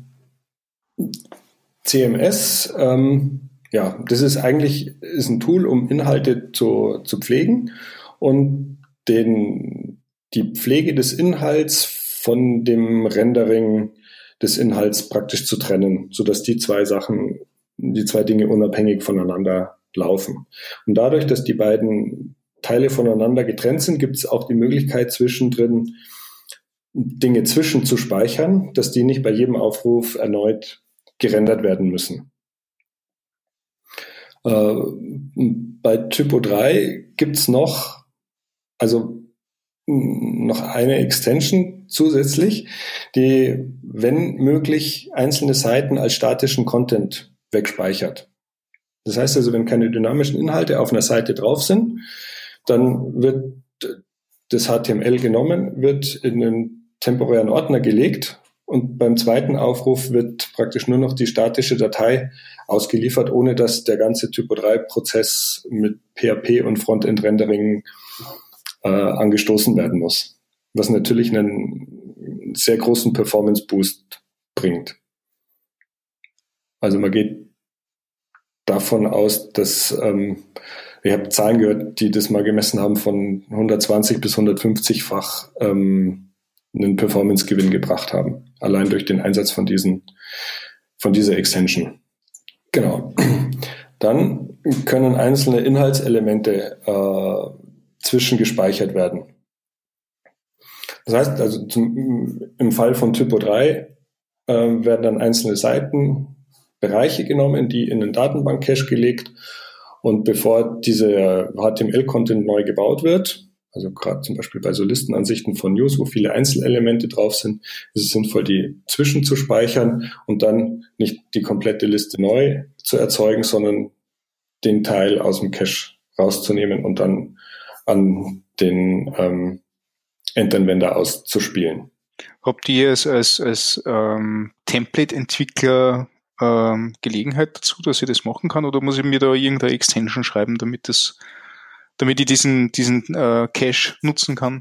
C M S, ähm, ja, das ist eigentlich ist ein Tool, um Inhalte zu, zu pflegen und den, die Pflege des Inhalts von dem Rendering des Inhalts praktisch zu trennen, sodass die zwei Sachen, die zwei Dinge unabhängig voneinander laufen. Und dadurch, dass die beiden Teile voneinander getrennt sind, gibt es auch die Möglichkeit, zwischendrin Dinge zwischenzuspeichern, dass die nicht bei jedem Aufruf erneut gerendert werden müssen. Äh, bei Typo drei gibt es noch, also noch eine Extension zusätzlich, die, wenn möglich, einzelne Seiten als statischen Content wegspeichert. Das heißt also, wenn keine dynamischen Inhalte auf einer Seite drauf sind, dann wird das H T M L genommen, wird in einen temporären Ordner gelegt und beim zweiten Aufruf wird praktisch nur noch die statische Datei ausgeliefert, ohne dass der ganze Typo drei Prozess mit P H P und Frontend-Rendering äh, angestoßen werden muss. Was natürlich einen sehr großen Performance-Boost bringt. Also man geht davon aus, dass, ähm, ich habe Zahlen gehört, die das mal gemessen haben, von hundertzwanzig bis hundertfünfzig-fach ähm, einen Performance-Gewinn gebracht haben. Allein durch den Einsatz von diesen, von dieser Extension. Genau. Dann können einzelne Inhaltselemente äh, zwischengespeichert werden. Das heißt, also zum, im Fall von Typo drei äh, werden dann einzelne Seiten, Bereiche genommen, die in den Datenbank-Cache gelegt und bevor dieser H T M L-Content neu gebaut wird, also gerade zum Beispiel bei so Listenansichten von News, wo viele Einzelelemente drauf sind, ist es sinnvoll, die zwischenzuspeichern und dann nicht die komplette Liste neu zu erzeugen, sondern den Teil aus dem Cache rauszunehmen und dann an den ähm, Endanwender auszuspielen. Habt ihr als, als, als ähm, Template-Entwickler ähm, Gelegenheit dazu, dass ich das machen kann, oder muss ich mir da irgendeine Extension schreiben, damit das, damit ich diesen, diesen äh, Cache nutzen kann?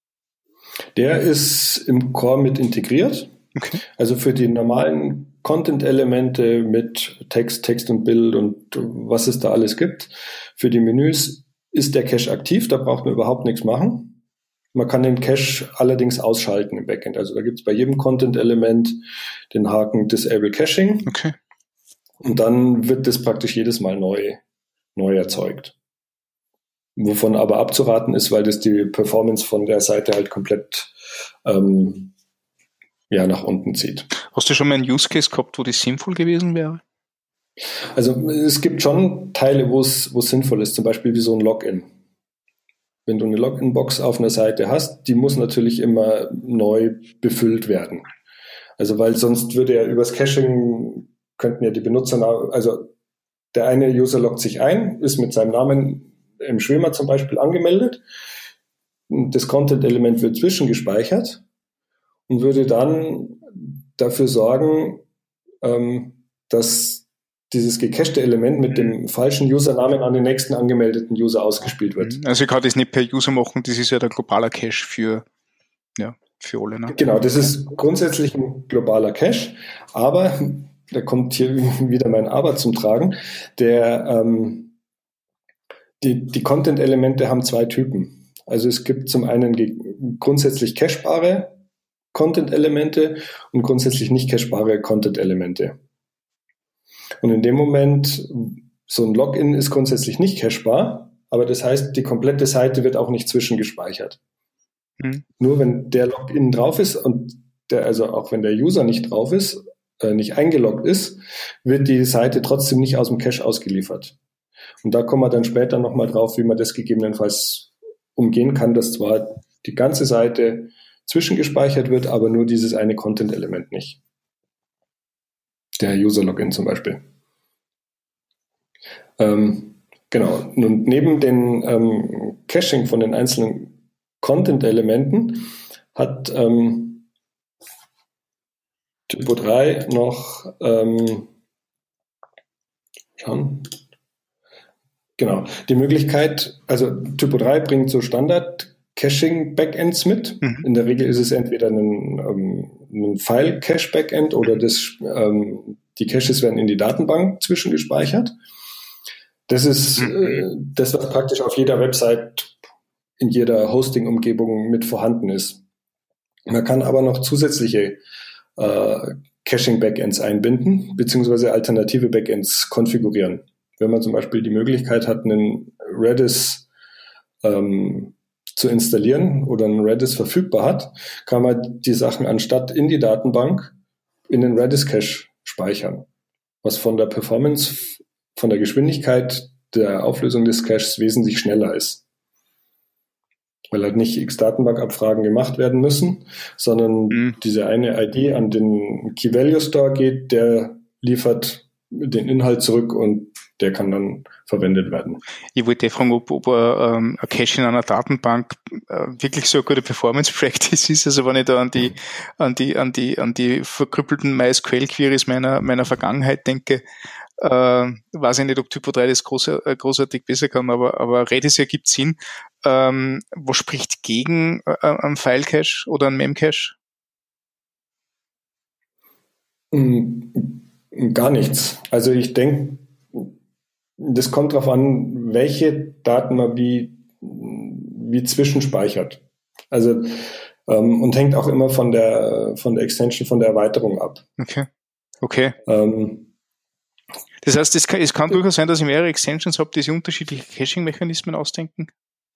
Der ist im Core mit integriert. Okay. Also für die normalen Content-Elemente mit Text, Text und Bild und was es da alles gibt. Für die Menüs ist der Cache aktiv, da braucht man überhaupt nichts machen. Man kann den Cache allerdings ausschalten im Backend. Also da gibt es bei jedem Content-Element den Haken Disable Caching. Okay. Und dann wird das praktisch jedes Mal neu, neu erzeugt. Wovon aber abzuraten ist, weil das die Performance von der Seite halt komplett ähm, ja, nach unten zieht. Hast du schon mal einen Use Case gehabt, wo das sinnvoll gewesen wäre? Also es gibt schon Teile, wo es wo es sinnvoll ist, zum Beispiel wie so ein Login. Wenn du eine Login-Box auf einer Seite hast, die muss natürlich immer neu befüllt werden. Also weil sonst würde ja übers Caching, könnten ja die Benutzer, also der eine User loggt sich ein, ist mit seinem Namen im Schwimmer zum Beispiel angemeldet, das Content-Element wird zwischengespeichert und würde dann dafür sorgen, ähm, dass dieses gecachte Element mit dem falschen Usernamen an den nächsten angemeldeten User ausgespielt wird. Also ich kann das nicht per User machen, das ist ja der globaler Cache für, ja, für alle. Ne? Genau, das ist grundsätzlich ein globaler Cache, aber da kommt hier wieder mein Aber zum Tragen. Der, ähm, die, die Content-Elemente haben zwei Typen. Also es gibt zum einen ge- grundsätzlich cacherbare Content-Elemente und grundsätzlich nicht cacherbare Content-Elemente. Und in dem Moment, so ein Login ist grundsätzlich nicht cachebar, aber das heißt, die komplette Seite wird auch nicht zwischengespeichert. Mhm. Nur wenn der Login drauf ist und der, also auch wenn der User nicht drauf ist, äh, nicht eingeloggt ist, wird die Seite trotzdem nicht aus dem Cache ausgeliefert. Und da kommen wir dann später nochmal drauf, wie man das gegebenenfalls umgehen kann, dass zwar die ganze Seite zwischengespeichert wird, aber nur dieses eine Content-Element nicht. Der User-Login zum Beispiel. Ähm, genau. Und neben dem ähm, Caching von den einzelnen Content-Elementen hat ähm, Typo drei noch ähm, schauen. Genau. Die Möglichkeit, also Typo drei bringt so Standard-Caching-Backends mit. Mhm. In der Regel ist es entweder ein, ähm, ein File-Cache-Backend oder das, ähm, die Caches werden in die Datenbank zwischengespeichert. Das ist mhm. äh, das, was praktisch auf jeder Website, in jeder Hosting-Umgebung mit vorhanden ist. Man kann aber noch zusätzliche äh, Caching-Backends einbinden, beziehungsweise alternative Backends konfigurieren. Wenn man zum Beispiel die Möglichkeit hat, einen Redis ähm, zu installieren oder einen Redis verfügbar hat, kann man die Sachen anstatt in die Datenbank in den Redis-Cache speichern, was von der Performance, von der Geschwindigkeit der Auflösung des Caches wesentlich schneller ist. Weil halt nicht x Datenbankabfragen gemacht werden müssen, sondern mhm. diese eine I D an den Key-Value-Store geht, der liefert den Inhalt zurück und der kann dann verwendet werden. Ich wollte fragen, ob, ob ähm, ein Cache in einer Datenbank äh, wirklich so eine gute Performance-Practice ist. Also wenn ich da an die an die an die an die verkrüppelten MySQL-Queries meiner meiner Vergangenheit denke, äh, weiß ich nicht, ob Typo drei das groß, äh, großartig besser kann, aber aber Redis ergibt Sinn. Ähm, was spricht gegen äh, einen File-Cache oder einen Mem-Cache? Gar nichts. Also ich denke, das kommt darauf an, welche Daten man wie, wie zwischenspeichert. Also ähm, und hängt auch immer von der von der Extension, von der Erweiterung ab. Okay. Okay. Ähm, das heißt, es kann, es kann durchaus sein, dass ich mehrere Extensions habe, die sich unterschiedliche Caching-Mechanismen ausdenken?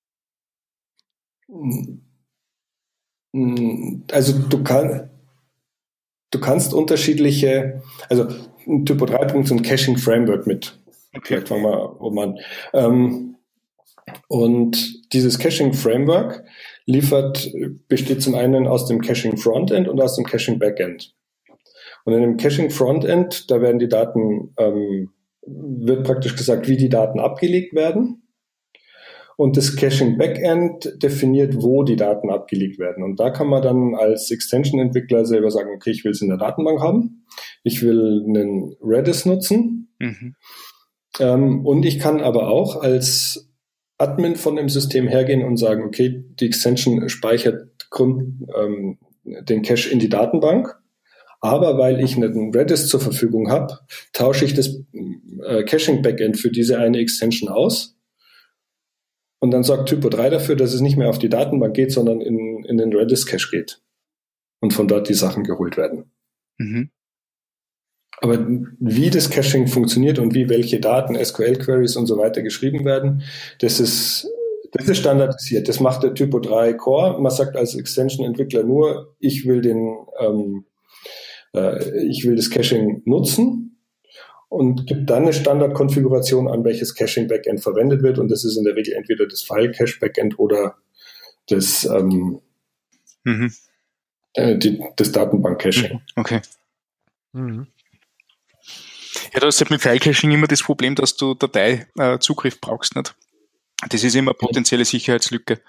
Also du kannst du kannst unterschiedliche, also Typo drei bringt so ein Caching-Framework mit. Okay. Vielleicht fangen wir oben an. Ähm, und dieses Caching-Framework liefert, besteht zum einen aus dem Caching-Frontend und aus dem Caching-Backend. Und in dem Caching-Frontend, da werden die Daten, ähm, wird praktisch gesagt, wie die Daten abgelegt werden. Und das Caching-Backend definiert, wo die Daten abgelegt werden. Und da kann man dann als Extension-Entwickler selber sagen, okay, ich will es in der Datenbank haben. Ich will einen Redis nutzen. Mhm. Ähm, und ich kann aber auch als Admin von dem System hergehen und sagen, okay, die Extension speichert Grund, ähm, den Cache in die Datenbank. Aber weil ich einen Redis zur Verfügung habe, tausche ich das äh, Caching-Backend für diese eine Extension aus. Und dann sorgt Typo drei dafür, dass es nicht mehr auf die Datenbank geht, sondern in, in den Redis-Cache geht. Und von dort die Sachen geholt werden. Mhm. Aber wie das Caching funktioniert und wie welche Daten, S Q L-Queries und so weiter geschrieben werden, das ist, das ist standardisiert. Das macht der Typo drei Core. Man sagt als Extension-Entwickler nur, ich will den, ähm, äh, ich will das Caching nutzen. Und gibt dann eine Standardkonfiguration an, welches Caching-Backend verwendet wird. Und das ist in der Regel entweder das File-Cache-Backend oder das, ähm, mhm. äh, die, das Datenbank-Caching. Okay. Mhm. Ja, da ist halt mit File-Caching immer das Problem, dass du Dateizugriff äh, brauchst, nicht? Das ist immer eine potenzielle Sicherheitslücke.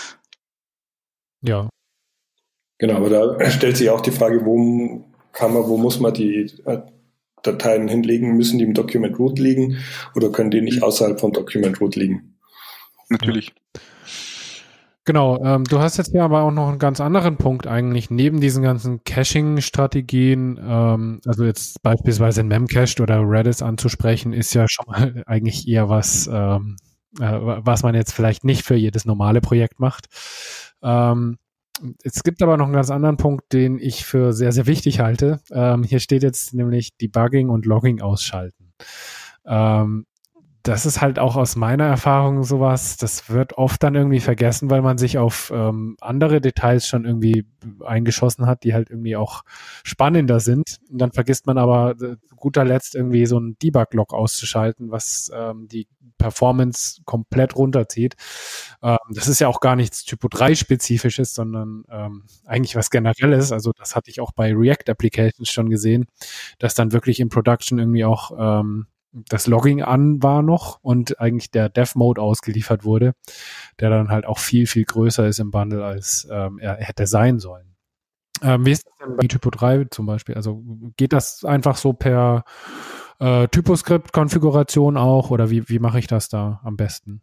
Ja. Genau, aber da stellt sich auch die Frage, wo kann man, wo muss man die äh, Dateien hinlegen, müssen die im Document Root liegen oder können die nicht außerhalb vom Document Root liegen? Natürlich. Genau, ähm, du hast jetzt ja aber auch noch einen ganz anderen Punkt eigentlich, neben diesen ganzen Caching-Strategien, ähm, also jetzt beispielsweise in Memcached oder Redis anzusprechen, ist ja schon mal eigentlich eher was, ähm, äh, was man jetzt vielleicht nicht für jedes normale Projekt macht. Ähm, Es gibt aber noch einen ganz anderen Punkt, den ich für sehr, sehr wichtig halte. Ähm, hier steht jetzt nämlich Debugging und Logging ausschalten. Ähm, das ist halt auch aus meiner Erfahrung sowas, das wird oft dann irgendwie vergessen, weil man sich auf ähm, andere Details schon irgendwie eingeschossen hat, die halt irgendwie auch spannender sind. Und dann vergisst man aber äh, zu guter Letzt irgendwie so einen Debug-Log auszuschalten, was ähm, die Performance komplett runterzieht. Ähm, das ist ja auch gar nichts Typo drei Spezifisches, sondern ähm, eigentlich was Generelles. Also das hatte ich auch bei React Applications schon gesehen, dass dann wirklich in Production irgendwie auch ähm, das Logging an war noch und eigentlich der Dev-Mode ausgeliefert wurde, der dann halt auch viel, viel größer ist im Bundle, als ähm, er hätte sein sollen. Ähm, wie ist das denn bei Typo drei zum Beispiel? Also geht das einfach so per äh, Typoscript-Konfiguration auch oder wie, wie mache ich das da am besten?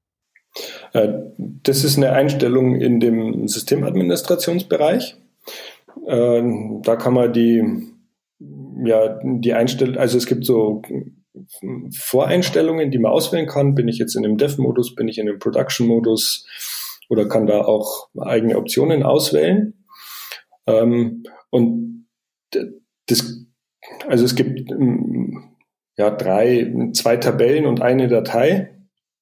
Äh, das ist eine Einstellung in dem Systemadministrationsbereich. Äh, da kann man die, ja, die Einstellung, also es gibt so Voreinstellungen, die man auswählen kann. Bin ich jetzt in dem Dev-Modus, bin ich in dem Production-Modus oder kann da auch eigene Optionen auswählen. Ähm, und das, also es gibt ja drei, zwei Tabellen und eine Datei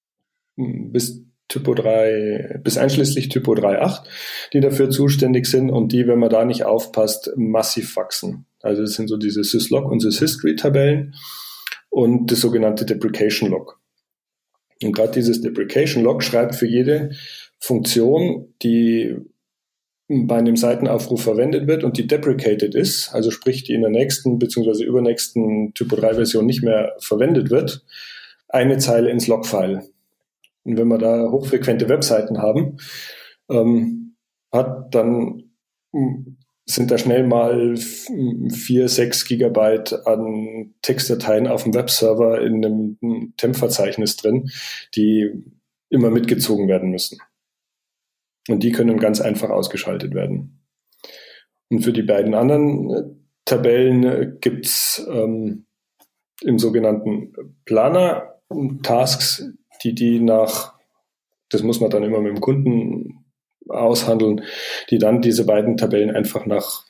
bis Typo drei, bis einschließlich Typo drei Punkt acht, die dafür zuständig sind und die, wenn man da nicht aufpasst, massiv wachsen. Also das sind so diese Syslog und Syshistory-Tabellen und das sogenannte Deprecation Log. Und gerade dieses Deprecation Log schreibt für jede Funktion, die bei einem Seitenaufruf verwendet wird und die deprecated ist, also sprich, die in der nächsten bzw. übernächsten Typo drei Version nicht mehr verwendet wird, eine Zeile ins Logfile. Und wenn wir da hochfrequente Webseiten haben, ähm, hat dann sind da schnell mal vier, sechs Gigabyte an Textdateien auf dem Webserver in einem Temp-Verzeichnis drin, die immer mitgezogen werden müssen. Und die können ganz einfach ausgeschaltet werden. Und für die beiden anderen Tabellen gibt's ähm, im sogenannten Planer Tasks, die die nach, das muss man dann immer mit dem Kunden aushandeln, die dann diese beiden Tabellen einfach nach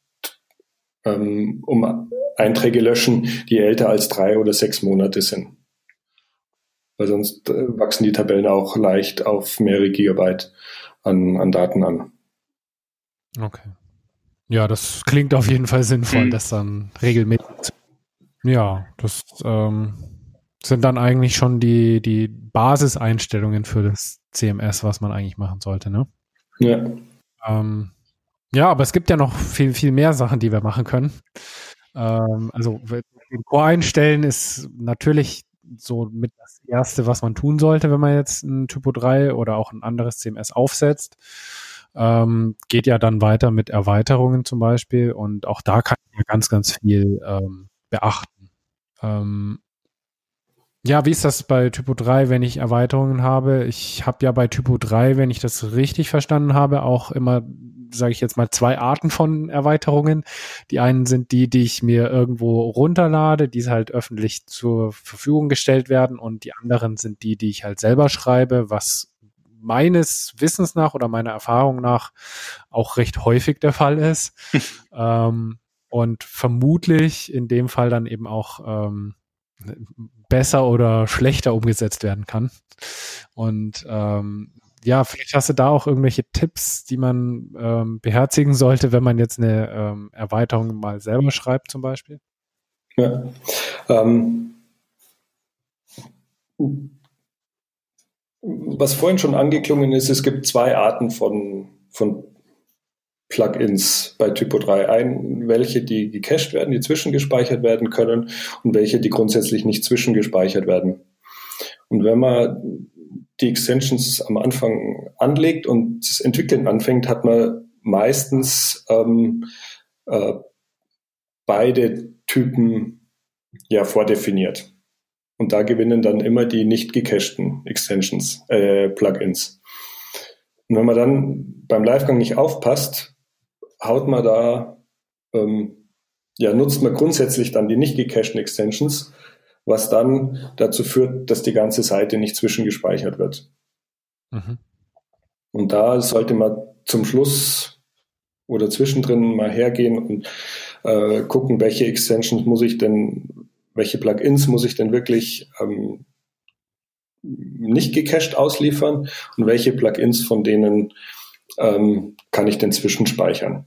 ähm, um Einträge löschen, die älter als drei oder sechs Monate sind. Weil sonst äh, wachsen die Tabellen auch leicht auf mehrere Gigabyte an, an Daten an. Okay. Ja, das klingt auf jeden Fall sinnvoll, mhm. das dann regelmäßig zu. Ja, das ähm, sind dann eigentlich schon die, die Basiseinstellungen für das C M S, was man eigentlich machen sollte, ne? Ja. Ähm, ja, aber es gibt ja noch viel, viel mehr Sachen, die wir machen können. Ähm, also den Core einstellen ist natürlich so mit das Erste, was man tun sollte, wenn man jetzt ein Typo drei oder auch ein anderes C M S aufsetzt. Ähm, geht ja dann weiter mit Erweiterungen zum Beispiel und auch da kann man ganz, ganz viel ähm, beachten. Ähm, Ja, wie ist das bei Typo drei, wenn ich Erweiterungen habe? Ich habe ja bei Typo drei, wenn ich das richtig verstanden habe, auch immer, sage ich jetzt mal, zwei Arten von Erweiterungen. Die einen sind die, die ich mir irgendwo runterlade, die halt öffentlich zur Verfügung gestellt werden, und die anderen sind die, die ich halt selber schreibe, was meines Wissens nach oder meiner Erfahrung nach auch recht häufig der Fall ist. ähm, und vermutlich in dem Fall dann eben auch ähm, besser oder schlechter umgesetzt werden kann. Und ähm, ja, vielleicht hast du da auch irgendwelche Tipps, die man ähm, beherzigen sollte, wenn man jetzt eine ähm, Erweiterung mal selber schreibt zum Beispiel? Ja. Ähm, was vorhin schon angeklungen ist, es gibt zwei Arten von, von Plugins bei Typo drei. Ein, welche, die gecached werden, die zwischengespeichert werden können, und welche, die grundsätzlich nicht zwischengespeichert werden. Und wenn man die Extensions am Anfang anlegt und das Entwickeln anfängt, hat man meistens ähm, äh, beide Typen ja vordefiniert. Und da gewinnen dann immer die nicht gecachten Extensions, äh, Plugins. Und wenn man dann beim Livegang nicht aufpasst, haut man da, ähm, ja, nutzt man grundsätzlich dann die nicht gecachten Extensions, was dann dazu führt, dass die ganze Seite nicht zwischengespeichert wird. Mhm. Und da sollte man zum Schluss oder zwischendrin mal hergehen und äh, gucken, welche Extensions muss ich denn, welche Plugins muss ich denn wirklich ähm, nicht gecached ausliefern und welche Plugins von denen ähm, kann ich denn zwischenspeichern.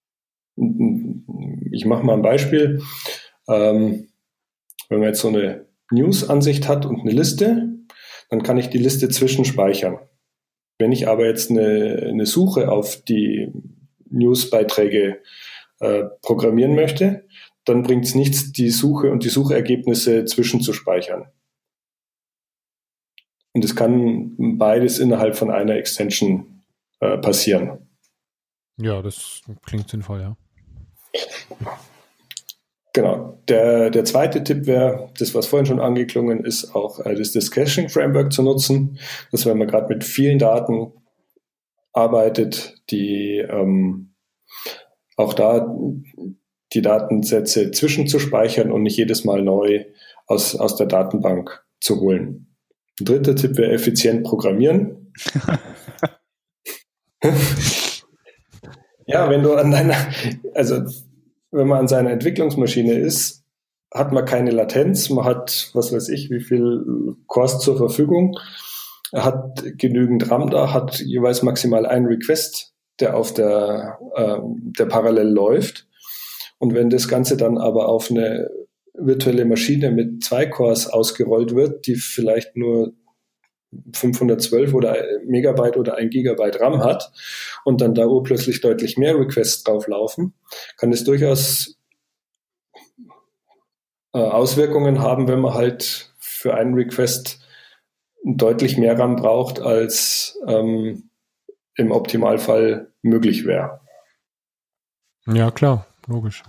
Ich mache mal ein Beispiel. Ähm, wenn man jetzt so eine News-Ansicht hat und eine Liste, dann kann ich die Liste zwischenspeichern. Wenn ich aber jetzt eine, eine Suche auf die Newsbeiträge äh, programmieren möchte, dann bringt es nichts, die Suche und die Suchergebnisse zwischenzuspeichern. Und es kann beides innerhalb von einer Extension äh, passieren. Ja, das klingt sinnvoll, ja. Genau. Der, der zweite Tipp wäre, das, was vorhin schon angeklungen ist, auch äh, das, das Caching-Framework zu nutzen. Das, wenn man gerade mit vielen Daten arbeitet, die ähm, auch da die Datensätze zwischenzuspeichern und nicht jedes Mal neu aus, aus der Datenbank zu holen. Ein dritter Tipp wäre effizient programmieren. Ja, wenn du an deiner, also wenn man an seiner Entwicklungsmaschine ist, hat man keine Latenz, man hat, was weiß ich, wie viel Cores zur Verfügung, hat genügend RAM da, hat jeweils maximal einen Request, der auf der, äh, der parallel läuft. Und wenn das Ganze dann aber auf eine virtuelle Maschine mit zwei Cores ausgerollt wird, die vielleicht nur fünfhundertzwölf oder Megabyte oder ein Gigabyte RAM hat und dann da urplötzlich deutlich mehr Requests drauflaufen, kann es durchaus äh, Auswirkungen haben, wenn man halt für einen Request deutlich mehr RAM braucht, als ähm, im Optimalfall möglich wäre. Ja, klar, logisch.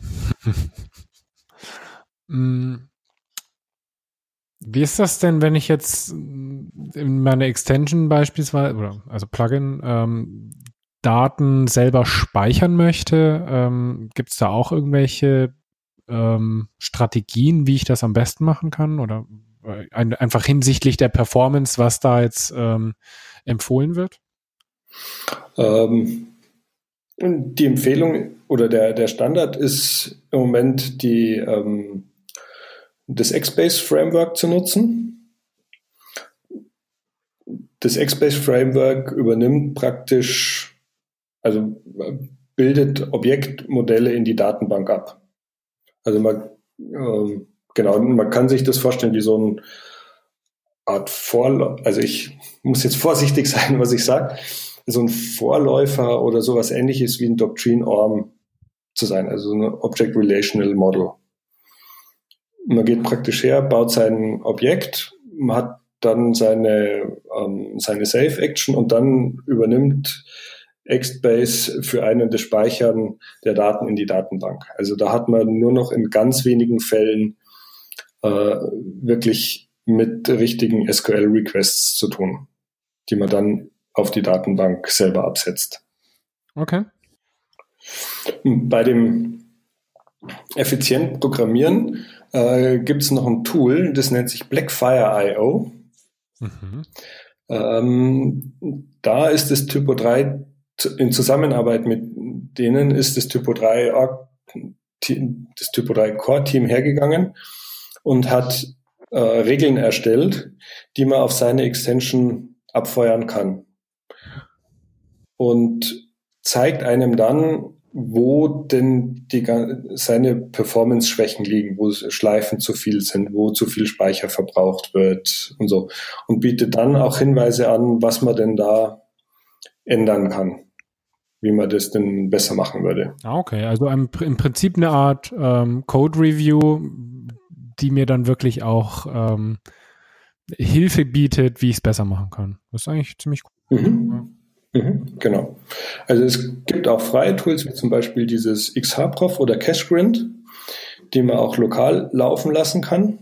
Wie ist das denn, wenn ich jetzt in meiner Extension beispielsweise, oder also Plugin, ähm, Daten selber speichern möchte? Ähm, gibt es da auch irgendwelche ähm, Strategien, wie ich das am besten machen kann? Oder ein, einfach hinsichtlich der Performance, was da jetzt ähm, empfohlen wird? Ähm, die Empfehlung oder der, der Standard ist im Moment die ähm, das Xbase-Framework zu nutzen. Das Xbase-Framework übernimmt praktisch, also bildet Objektmodelle in die Datenbank ab. Also man, äh, genau, man kann sich das vorstellen wie so eine Art Vorläufer, also ich muss jetzt vorsichtig sein, was ich sage, so ein Vorläufer oder sowas Ähnliches wie ein Doctrine-Orm zu sein, also ein Object Relational Model. Man geht praktisch her, baut sein Objekt, man hat dann seine, ähm, seine Save-Action und dann übernimmt Xbase für einen das Speichern der Daten in die Datenbank. Also da hat man nur noch in ganz wenigen Fällen äh, wirklich mit richtigen S Q L-Requests zu tun, die man dann auf die Datenbank selber absetzt. Okay. Bei dem effizienten Programmieren äh, gibt es noch ein Tool, das nennt sich Blackfire Punkt io. Mhm. Ähm, da ist das Typo drei, in Zusammenarbeit mit denen ist das Typo drei, das Typo drei Core Team hergegangen und hat äh, Regeln erstellt, die man auf seine Extension abfeuern kann. Und zeigt einem dann, wo denn die, seine Performance-Schwächen liegen, wo Schleifen zu viel sind, wo zu viel Speicher verbraucht wird und so. Und bietet dann auch Hinweise an, was man denn da ändern kann, wie man das denn besser machen würde. Okay, also im, im Prinzip eine Art ähm, Code-Review, die mir dann wirklich auch ähm, Hilfe bietet, wie ich es besser machen kann. Das ist eigentlich ziemlich cool. Mhm. Ja. Mhm, genau. Also es gibt auch freie Tools, wie zum Beispiel dieses Xhprof oder CacheGrind, die man auch lokal laufen lassen kann.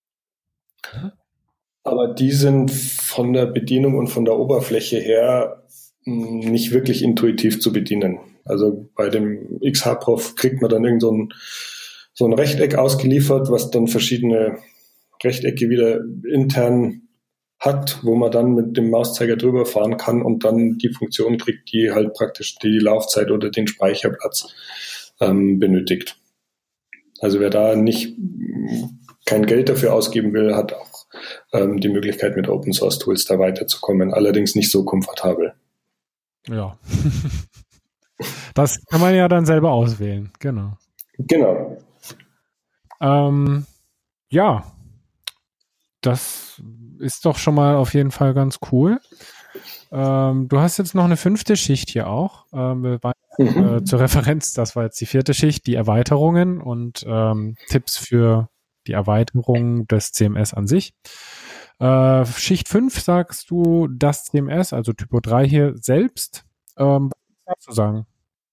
Aber die sind von der Bedienung und von der Oberfläche her mh, nicht wirklich intuitiv zu bedienen. Also bei dem Xhprof kriegt man dann irgend so ein, so ein Rechteck ausgeliefert, was dann verschiedene Rechtecke wieder intern hat, wo man dann mit dem Mauszeiger drüber fahren kann und dann die Funktion kriegt, die halt praktisch die Laufzeit oder den Speicherplatz ähm, benötigt. Also wer da nicht kein Geld dafür ausgeben will, hat auch ähm, die Möglichkeit, mit Open Source Tools da weiterzukommen, allerdings nicht so komfortabel. Ja. Das kann man ja dann selber auswählen, genau. Genau. Ähm, ja, das ist doch schon mal auf jeden Fall ganz cool. Ähm, du hast jetzt noch eine fünfte Schicht hier auch. Ähm, wir waren, mhm. äh, zur Referenz, das war jetzt die vierte Schicht, die Erweiterungen und ähm, Tipps für die Erweiterung des C M S an sich. Äh, Schicht fünf sagst du, das C M S, also Typo drei hier selbst. Ähm, was kannst du sagen?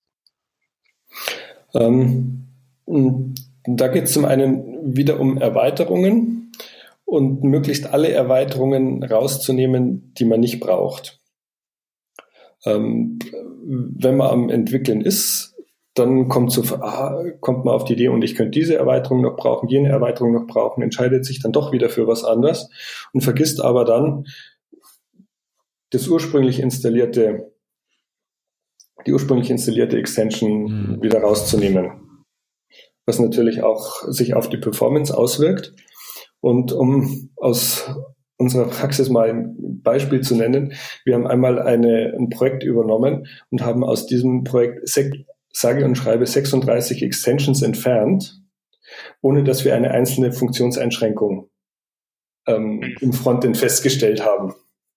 Ähm, da geht es zum einen wieder um Erweiterungen und möglichst alle Erweiterungen rauszunehmen, die man nicht braucht. Ähm, wenn man am Entwickeln ist, dann kommt, so, ah, kommt man auf die Idee, und ich könnte diese Erweiterung noch brauchen, jene Erweiterung noch brauchen, entscheidet sich dann doch wieder für was anderes und vergisst aber dann das ursprünglich installierte, die ursprünglich installierte Extension mhm. wieder rauszunehmen. Was natürlich auch sich auf die Performance auswirkt. Und um aus unserer Praxis mal ein Beispiel zu nennen, wir haben einmal eine, ein Projekt übernommen und haben aus diesem Projekt sech, sage und schreibe sechsunddreißig Extensions entfernt, ohne dass wir eine einzelne Funktionseinschränkung ähm, im Frontend festgestellt haben.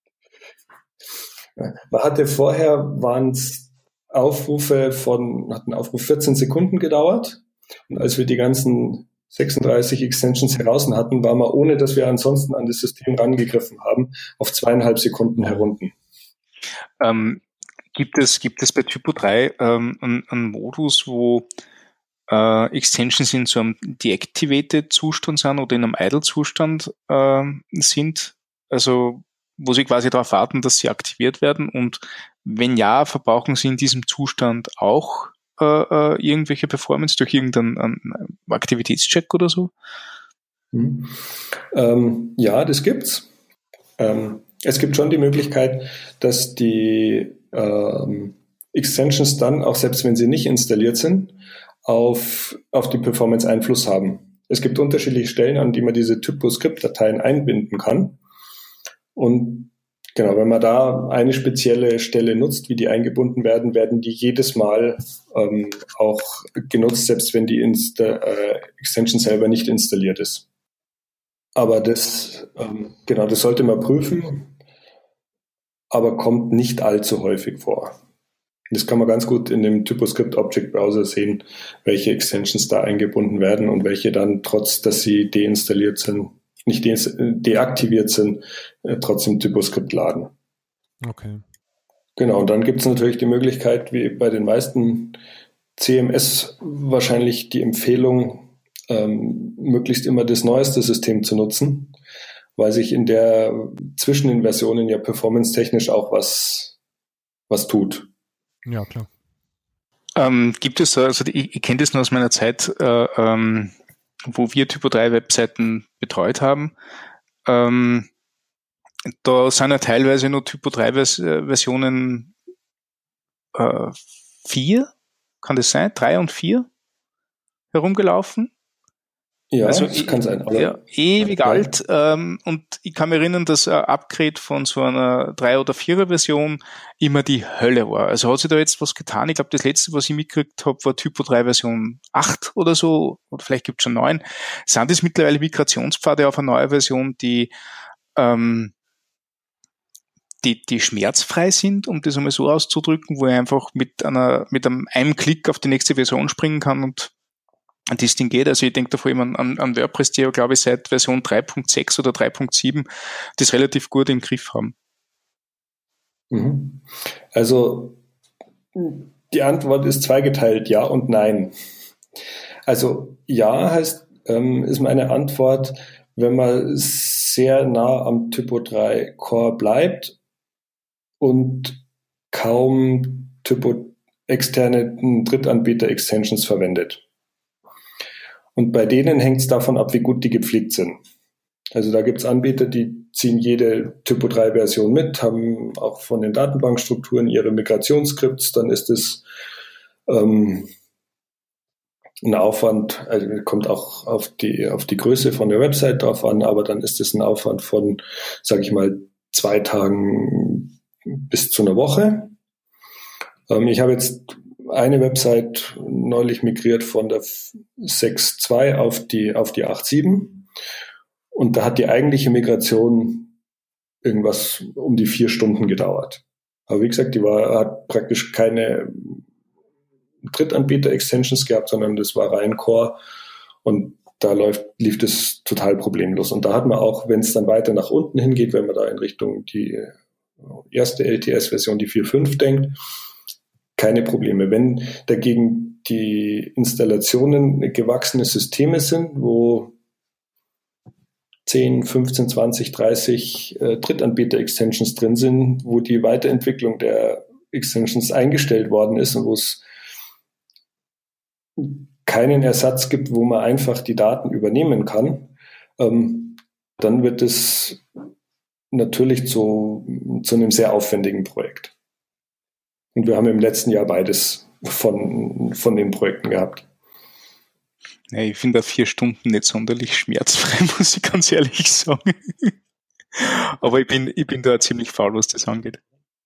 Man hatte vorher, waren es Aufrufe von, hat ein Aufruf vierzehn Sekunden gedauert. Und als wir die ganzen sechsunddreißig Extensions heraus hatten, waren wir, ohne dass wir ansonsten an das System rangegriffen haben, auf zweieinhalb Sekunden herunter. Ähm, gibt es, gibt es bei Typo drei ähm, einen, einen Modus, wo äh, Extensions in so einem deactivated Zustand sind oder in einem Idle-Zustand äh, sind? Also wo sie quasi darauf warten, dass sie aktiviert werden, und wenn ja, verbrauchen sie in diesem Zustand auch äh, äh, irgendwelche Performance durch irgendeinen Aktivitätscheck oder so? Hm. Ähm, ja, das gibt's. Ähm, es gibt schon die Möglichkeit, dass die ähm, Extensions dann, auch selbst wenn sie nicht installiert sind, auf, auf die Performance Einfluss haben. Es gibt unterschiedliche Stellen, an die man diese Typo-Script-Dateien einbinden kann. Und genau, wenn man da eine spezielle Stelle nutzt, wie die eingebunden werden, werden die jedes Mal ähm, auch genutzt, selbst wenn die Insta- äh, Extension selber nicht installiert ist. Aber das, ähm, genau, das sollte man prüfen, aber kommt nicht allzu häufig vor. Das kann man ganz gut in dem TypoScript Object Browser sehen, welche Extensions da eingebunden werden und welche dann, trotz dass sie deinstalliert sind, nicht de- deaktiviert sind, äh, trotzdem TypoScript laden. Okay. Genau, und dann gibt es natürlich die Möglichkeit, wie bei den meisten C M S wahrscheinlich die Empfehlung, ähm, möglichst immer das neueste System zu nutzen, weil sich in der zwischen den Versionen ja performance-technisch auch was, was tut. Ja, klar. Ähm, gibt es, also ich, ich kenne das nur aus meiner Zeit, äh, ähm, wo wir Typo drei Webseiten betreut haben. Ähm, da sind ja teilweise nur Typo drei Versionen äh, vier, kann das sein? drei und vier herumgelaufen. Ja, also das kann sein. Aber ja, ewig ja. alt. Ähm, und ich kann mich erinnern, dass ein Upgrade von so einer drei oder vierer Version immer die Hölle war. Also hat sich da jetzt was getan? Ich glaube, das letzte, was ich mitgekriegt habe, war Typo drei Version acht oder so, oder vielleicht gibt es schon neun. Sind das mittlerweile Migrationspfade auf eine neue Version, die ähm, die, die schmerzfrei sind, um das einmal so auszudrücken, wo ich einfach mit einer mit einem, einem Klick auf die nächste Version springen kann und das Ding geht. Also ich denke da vor allem an, an WordPress, die ja, glaube ich, seit Version drei Punkt sechs oder drei Punkt sieben das relativ gut im Griff haben. Also die Antwort ist zweigeteilt, ja und nein. Also ja heißt, ähm, ist meine Antwort, wenn man sehr nah am Typo drei Core bleibt und kaum Typo externe Drittanbieter-Extensions verwendet. Und bei denen hängt es davon ab, wie gut die gepflegt sind. Also da gibt es Anbieter, die ziehen jede Typo drei Version mit, haben auch von den Datenbankstrukturen ihre Migrationsskripts, dann ist es ähm, ein Aufwand, also kommt auch auf die, auf die Größe von der Website drauf an, aber dann ist es ein Aufwand von, sage ich mal, zwei Tagen bis zu einer Woche. Ähm, ich habe jetzt eine Website neulich migriert von der sechs Punkt zwei auf die, auf die acht Punkt sieben und da hat die eigentliche Migration irgendwas um die vier Stunden gedauert. Aber wie gesagt, die war, hat praktisch keine Drittanbieter-Extensions gehabt, sondern das war rein Core und da läuft, lief das total problemlos. Und da hat man auch, wenn es dann weiter nach unten hingeht, wenn man da in Richtung die erste L T S-Version, die vier Punkt fünf denkt, keine Probleme. Wenn dagegen die Installationen gewachsene Systeme sind, wo zehn, fünfzehn, zwanzig, dreißig äh, Drittanbieter-Extensions drin sind, wo die Weiterentwicklung der Extensions eingestellt worden ist und wo es keinen Ersatz gibt, wo man einfach die Daten übernehmen kann, ähm, dann wird es natürlich zu, zu einem sehr aufwendigen Projekt. Und wir haben im letzten Jahr beides von, von den Projekten gehabt. Ja, ich finde da vier Stunden nicht sonderlich schmerzfrei, muss ich ganz ehrlich sagen. Aber ich bin, ich bin da ziemlich faul, was das angeht.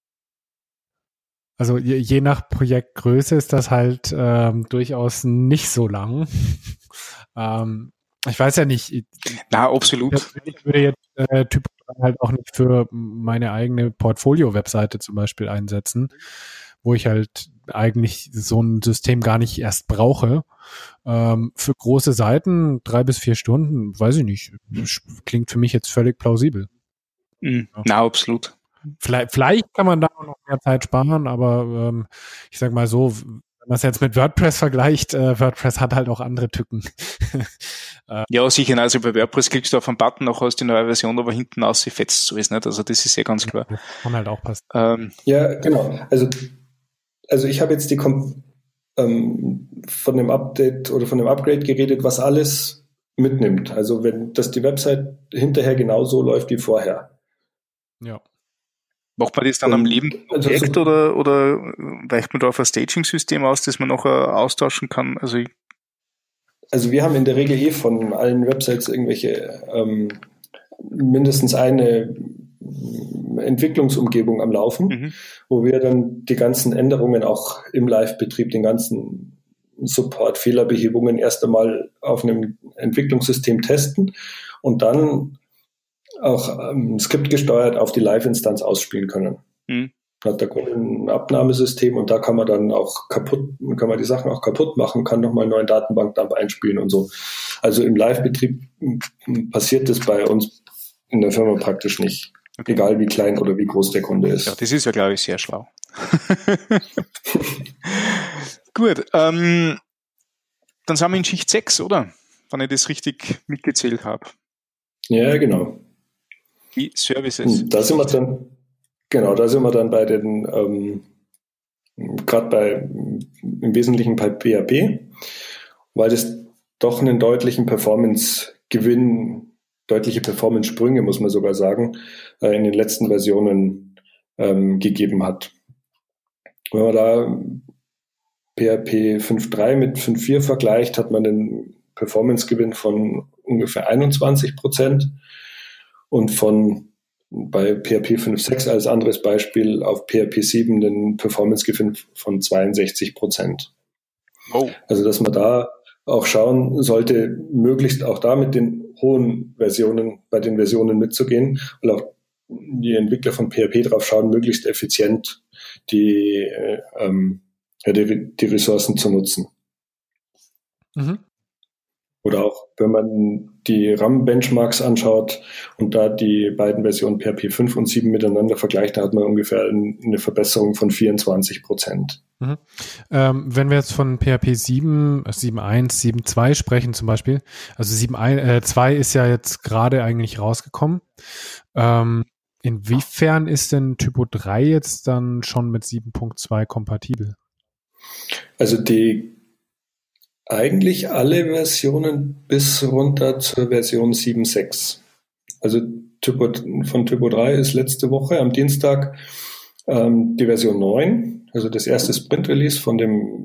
Also je, je nach Projektgröße ist das halt ähm, durchaus nicht so lang. ähm, ich weiß ja nicht. Na, absolut. Ich würde jetzt äh, Typo drei halt auch nicht für meine eigene Portfolio-Webseite zum Beispiel einsetzen, wo ich halt eigentlich so ein System gar nicht erst brauche. Ähm, für große Seiten drei bis vier Stunden, weiß ich nicht, klingt für mich jetzt völlig plausibel. Mhm. Ja. Na, absolut. Vielleicht, vielleicht kann man da noch mehr Zeit sparen, aber ähm, ich sag mal so, wenn man es jetzt mit WordPress vergleicht, äh, WordPress hat halt auch andere Tücken. Ja, sicher. Also bei WordPress klickst du auf einen Button, noch hast du die neue Version, aber hinten raus fetzt so ist nicht. Also das ist ja ganz klar. Ja, kann halt auch passen. Ähm, ja, genau. Also, also ich habe jetzt die ähm, von dem Update oder von dem Upgrade geredet, was alles mitnimmt. Also wenn, dass die Website hinterher genauso läuft wie vorher. Ja. Macht man das dann am lebenden Objekt also, oder, oder weicht man da auf ein Staging-System aus, das man nachher austauschen kann? Also, ich also wir haben in der Regel eh von allen Websites irgendwelche ähm, mindestens eine Entwicklungsumgebung am Laufen, mhm. wo wir dann die ganzen Änderungen auch im Live-Betrieb, den ganzen Support, Fehlerbehebungen erst einmal auf einem Entwicklungssystem testen und dann auch ähm, skriptgesteuert auf die Live-Instanz ausspielen können. Mhm. Hat der Kunde ein Abnahmesystem und da kann man dann auch kaputt, kann man die Sachen auch kaputt machen, kann nochmal einen neuen Datenbankdump einspielen und so. Also im Live-Betrieb passiert das bei uns in der Firma praktisch nicht. Okay. Egal wie klein oder wie groß der Kunde ist. Ja, das ist ja, glaube ich, sehr schlau. Gut, ähm, dann sind wir in Schicht sechs, oder? Wenn ich das richtig mitgezählt habe. Ja, genau. Die Services. Da sind wir dann, genau, da sind wir dann bei den, ähm, gerade bei, im Wesentlichen bei P H P, weil das doch einen deutlichen Performance-Gewinn, deutliche Performance-Sprünge, muss man sogar sagen, äh, in den letzten Versionen ähm, gegeben hat. Wenn man da P H P fünf Punkt drei mit fünf Punkt vier vergleicht, hat man einen Performance-Gewinn von ungefähr einundzwanzig Prozent und von bei P H P fünf Punkt sechs als anderes Beispiel auf P H P sieben den Performance-Gewinn von zweiundsechzig Prozent. Oh. Also dass man da auch schauen sollte, möglichst auch da mit den hohen Versionen, bei den Versionen mitzugehen, weil auch die Entwickler von P H P drauf schauen, möglichst effizient die, äh, ähm, ja, die, die Ressourcen zu nutzen. Mhm. Oder auch, wenn man die RAM-Benchmarks anschaut und da die beiden Versionen P H P fünf und sieben miteinander vergleicht, da hat man ungefähr eine Verbesserung von vierundzwanzig Prozent. Mhm. Ähm, wenn wir jetzt von P H P sieben, sieben Punkt eins, sieben Punkt zwei sprechen zum Beispiel, also sieben Punkt zwei ist ja jetzt gerade eigentlich rausgekommen. Ähm, inwiefern ist denn Typo drei jetzt dann schon mit sieben Punkt zwei kompatibel? Also die eigentlich alle Versionen bis runter zur Version sieben Punkt sechs. Also Typo, von Typo drei ist letzte Woche am Dienstag ähm, die Version neun, also das erste Sprint-Release von dem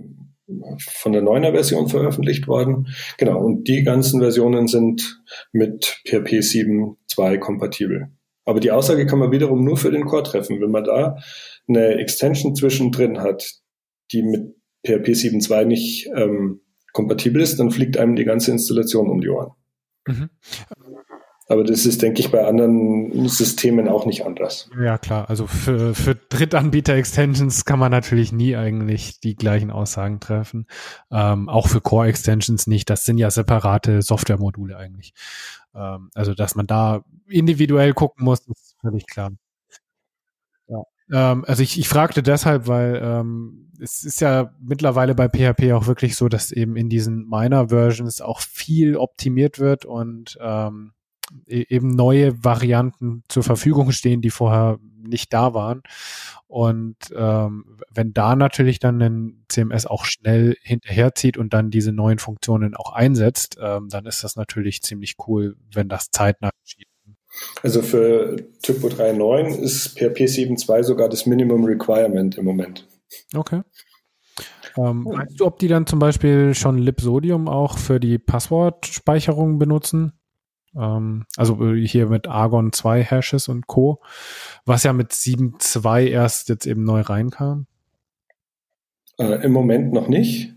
von der neuner Version veröffentlicht worden. Genau, und die ganzen Versionen sind mit P H P sieben Punkt zwei kompatibel. Aber die Aussage kann man wiederum nur für den Core treffen. Wenn man da eine Extension zwischendrin hat, die mit P H P sieben Punkt zwei nicht ähm, kompatibel ist, dann fliegt einem die ganze Installation um die Ohren. Mhm. Aber das ist, denke ich, bei anderen Systemen auch nicht anders. Ja, klar. Also für, für Drittanbieter-Extensions kann man natürlich nie eigentlich die gleichen Aussagen treffen. Ähm, auch für Core-Extensions nicht. Das sind ja separate Softwaremodule eigentlich. Ähm, also, dass man da individuell gucken muss, ist völlig klar. Ja. Ähm, also ich, ich fragte deshalb, weil ähm, es ist ja mittlerweile bei P H P auch wirklich so, dass eben in diesen Minor-Versions auch viel optimiert wird und ähm, eben neue Varianten zur Verfügung stehen, die vorher nicht da waren. Und ähm, wenn da natürlich dann ein C M S auch schnell hinterherzieht und dann diese neuen Funktionen auch einsetzt, ähm, dann ist das natürlich ziemlich cool, wenn das zeitnah geschieht. Also für Typo drei Punkt neun ist P H P sieben Punkt zwei sogar das Minimum Requirement im Moment. Okay. Ähm, weißt du, ob die dann zum Beispiel schon Libsodium auch für die Passwortspeicherung benutzen? Also hier mit Argon zwei Hashes und Co., was ja mit sieben Punkt zwei erst jetzt eben neu reinkam? Äh, Im Moment noch nicht.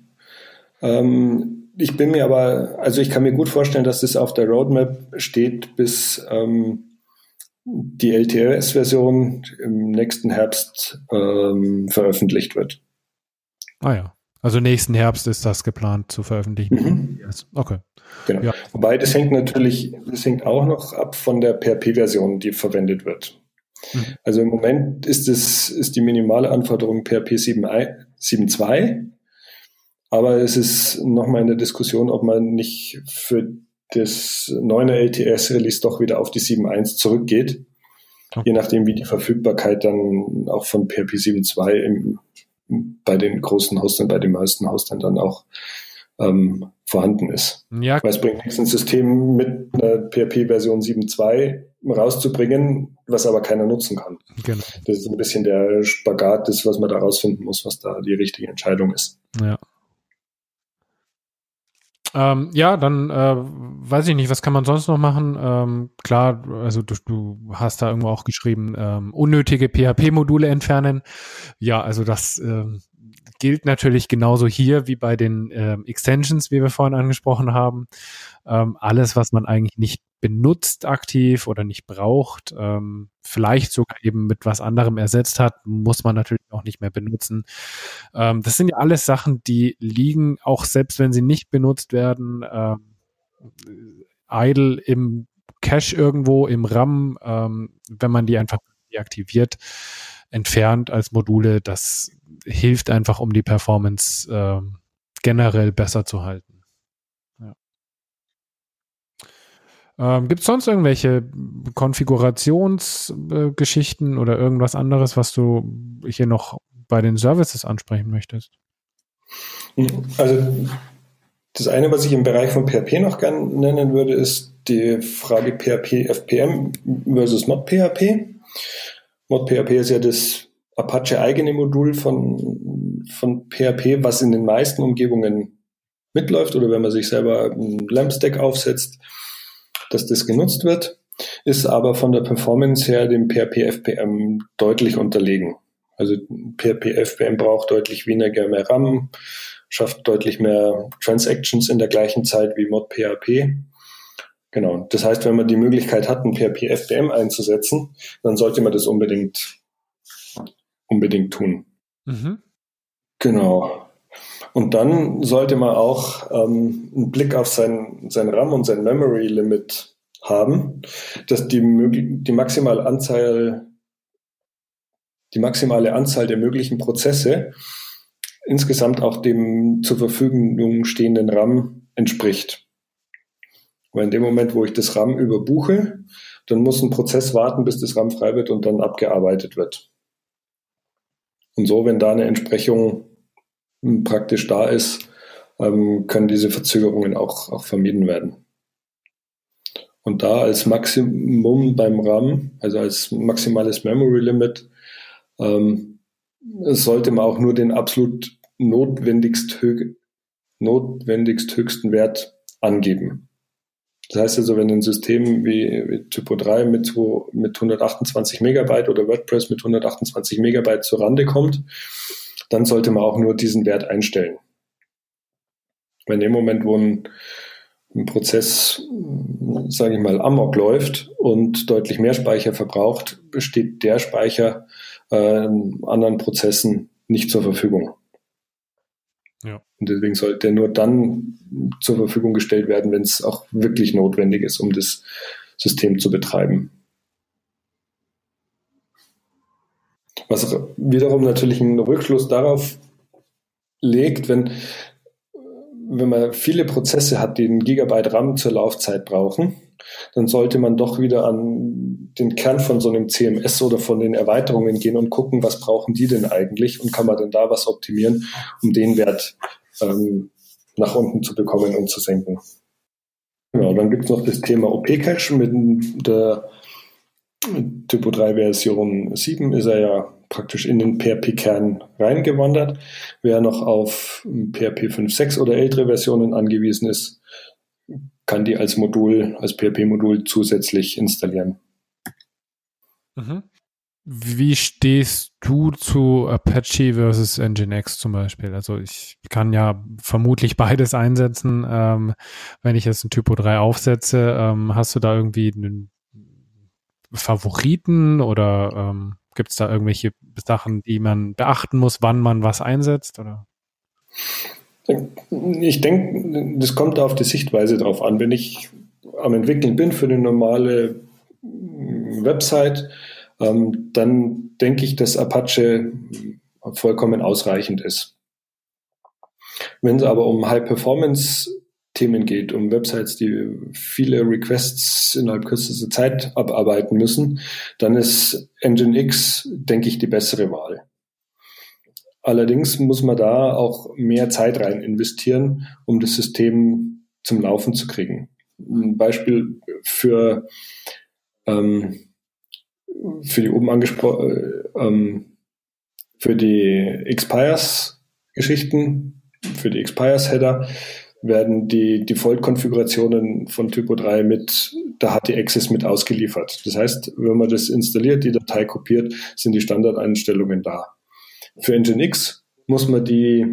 Ähm, ich bin mir aber, also ich kann mir gut vorstellen, dass das auf der Roadmap steht, bis ähm, die L T L S-Version im nächsten Herbst ähm, veröffentlicht wird. Ah ja. Also nächsten Herbst ist das geplant zu veröffentlichen. Mhm. Okay. Genau. Ja. Wobei das hängt natürlich, das hängt auch noch ab von der P H P-Version, die verwendet wird. Mhm. Also im Moment ist es, ist die minimale Anforderung P H P sieben Punkt zwei, aber es ist nochmal in der Diskussion, ob man nicht für das neuner L T S-Release doch wieder auf die sieben Punkt eins zurückgeht, okay. Je nachdem, wie die Verfügbarkeit dann auch von P H P sieben Punkt zwei im bei den großen Hostern, bei den meisten Hostern dann auch ähm, vorhanden ist. Ja. Weil es bringt nichts, ein System mit einer P H P-Version sieben Punkt zwei rauszubringen, was aber keiner nutzen kann. Genau. Das ist ein bisschen der Spagat, das, was man da rausfinden muss, was da die richtige Entscheidung ist. Ja. Ähm, ja, dann äh, weiß ich nicht, was kann man sonst noch machen? Ähm, klar, also du, du hast da irgendwo auch geschrieben, ähm, unnötige P H P-Module entfernen. Ja, also das ähm, gilt natürlich genauso hier wie bei den ähm, Extensions, wie wir vorhin angesprochen haben. Ähm, alles, was man eigentlich nicht benutzt aktiv oder nicht braucht, ähm, vielleicht sogar eben mit was anderem ersetzt hat, muss man natürlich auch nicht mehr benutzen. Ähm, das sind ja alles Sachen, die liegen, auch selbst wenn sie nicht benutzt werden, ähm, idle im Cache irgendwo, im RAM, ähm, wenn man die einfach deaktiviert, entfernt als Module, das hilft einfach, um die Performance äh, generell besser zu halten. Ja. Ähm, gibt es sonst irgendwelche Konfigurationsgeschichten äh, oder irgendwas anderes, was du hier noch bei den Services ansprechen möchtest? Also das eine, was ich im Bereich von P H P noch gern nennen würde, ist die Frage P H P F P M versus ModPHP. ModPHP ist ja das Apache-eigene Modul von, von P H P, was in den meisten Umgebungen mitläuft oder wenn man sich selber einen LAMP-Stack aufsetzt, dass das genutzt wird, ist aber von der Performance her dem P H P F P M deutlich unterlegen. Also P H P F P M braucht deutlich weniger mehr RAM, schafft deutlich mehr Transactions in der gleichen Zeit wie ModPHP. Genau. Das heißt, wenn man die Möglichkeit hat, ein P H P F P M einzusetzen, dann sollte man das unbedingt unbedingt tun. Mhm. Genau. Und dann sollte man auch ähm, einen Blick auf sein, sein RAM und sein Memory Limit haben, dass die, die maximale Anzahl die maximale Anzahl der möglichen Prozesse insgesamt auch dem zur Verfügung stehenden RAM entspricht. Weil in dem Moment, wo ich das RAM überbuche, dann muss ein Prozess warten, bis das RAM frei wird und dann abgearbeitet wird. Und so, wenn da eine Entsprechung praktisch da ist, ähm, können diese Verzögerungen auch, auch vermieden werden. Und da als Maximum beim RAM, also als maximales Memory Limit, ähm, sollte man auch nur den absolut notwendigst, hö- notwendigst höchsten Wert angeben. Das heißt also, wenn ein System wie, wie Typo drei mit, mit hundertachtundzwanzig Megabyte oder WordPress mit hundertachtundzwanzig Megabyte zur Rande kommt, dann sollte man auch nur diesen Wert einstellen. Wenn im Moment, wo ein, ein Prozess, sage ich mal, amok läuft und deutlich mehr Speicher verbraucht, steht der Speicher äh, anderen Prozessen nicht zur Verfügung. Ja. Und deswegen sollte der nur dann zur Verfügung gestellt werden, wenn es auch wirklich notwendig ist, um das System zu betreiben. Was wiederum natürlich einen Rückschluss darauf legt, wenn, wenn man viele Prozesse hat, die einen Gigabyte RAM zur Laufzeit brauchen, dann sollte man doch wieder an den Kern von so einem C M S oder von den Erweiterungen gehen und gucken, was brauchen die denn eigentlich und kann man denn da was optimieren, um den Wert ähm, nach unten zu bekommen und zu senken. Genau, dann gibt es noch das Thema O P-Cache. Mit der Typo drei Version sieben ist er ja praktisch in den P H P-Kern reingewandert. Wer noch auf P H P fünf Punkt sechs oder ältere Versionen angewiesen ist, kann die als Modul, als P H P-Modul zusätzlich installieren. Mhm. Wie stehst du zu Apache versus Nginx zum Beispiel? Also ich kann ja vermutlich beides einsetzen, ähm, wenn ich jetzt ein Typo drei aufsetze. Ähm, hast du da irgendwie einen Favoriten oder ähm, gibt es da irgendwelche Sachen, die man beachten muss, wann man was einsetzt? Oder? Ich denke, das kommt auf die Sichtweise drauf an. Wenn ich am Entwickeln bin für eine normale Website, ähm, dann denke ich, dass Apache vollkommen ausreichend ist. Wenn es aber um High-Performance-Themen geht, um Websites, die viele Requests innerhalb kürzester Zeit abarbeiten müssen, dann ist Nginx, denke ich, die bessere Wahl. Allerdings muss man da auch mehr Zeit rein investieren, um das System zum Laufen zu kriegen. Ein Beispiel für, ähm, für die oben angesprochen, ähm, für die Expires-Geschichten, für die Expires-Header werden die Default-Konfigurationen von Typo drei mit der H T-Access mit ausgeliefert. Das heißt, wenn man das installiert, die Datei kopiert, sind die Standardeinstellungen da. Für Nginx muss man die,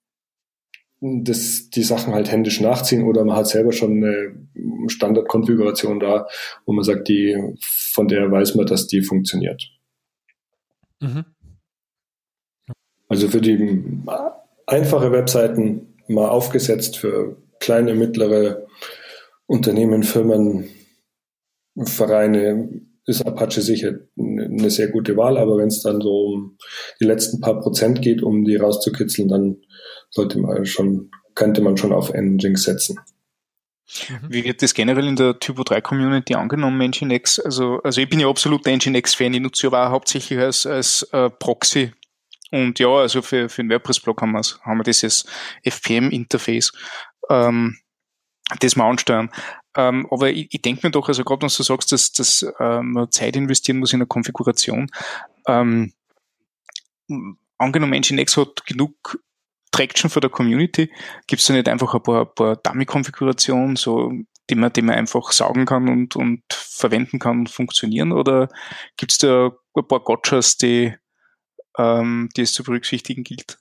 das, die Sachen halt händisch nachziehen oder man hat selber schon eine Standardkonfiguration da, wo man sagt, die, von der weiß man, dass die funktioniert. Mhm. Also für die einfache Webseiten mal aufgesetzt, für kleine, mittlere Unternehmen, Firmen, Vereine ist Apache sicher eine sehr gute Wahl, aber wenn es dann so um die letzten paar Prozent geht, um die rauszukitzeln, dann sollte man schon, könnte man schon auf Nginx setzen. Wie wird das generell in der Typo drei Community angenommen, Nginx? Also, also ich bin ja absoluter Nginx-Fan, ich nutze aber auch hauptsächlich als, als äh, Proxy. Und ja, also für, für den WordPress-Blog haben wir, haben wir dieses F P M-Interface, ähm, das wir ansteuern. Ähm, aber ich, ich denke mir doch, also gerade wenn du sagst, dass, dass äh, man Zeit investieren muss in der Konfiguration, ähm, angenommen Nginx hat genug Traction für der Community, gibt es da nicht einfach ein paar, ein paar Dummy-Konfigurationen, so, die man, die man einfach saugen kann und, und verwenden kann und funktionieren, oder gibt es da ein paar Gotchas, die, ähm, die es zu berücksichtigen gilt?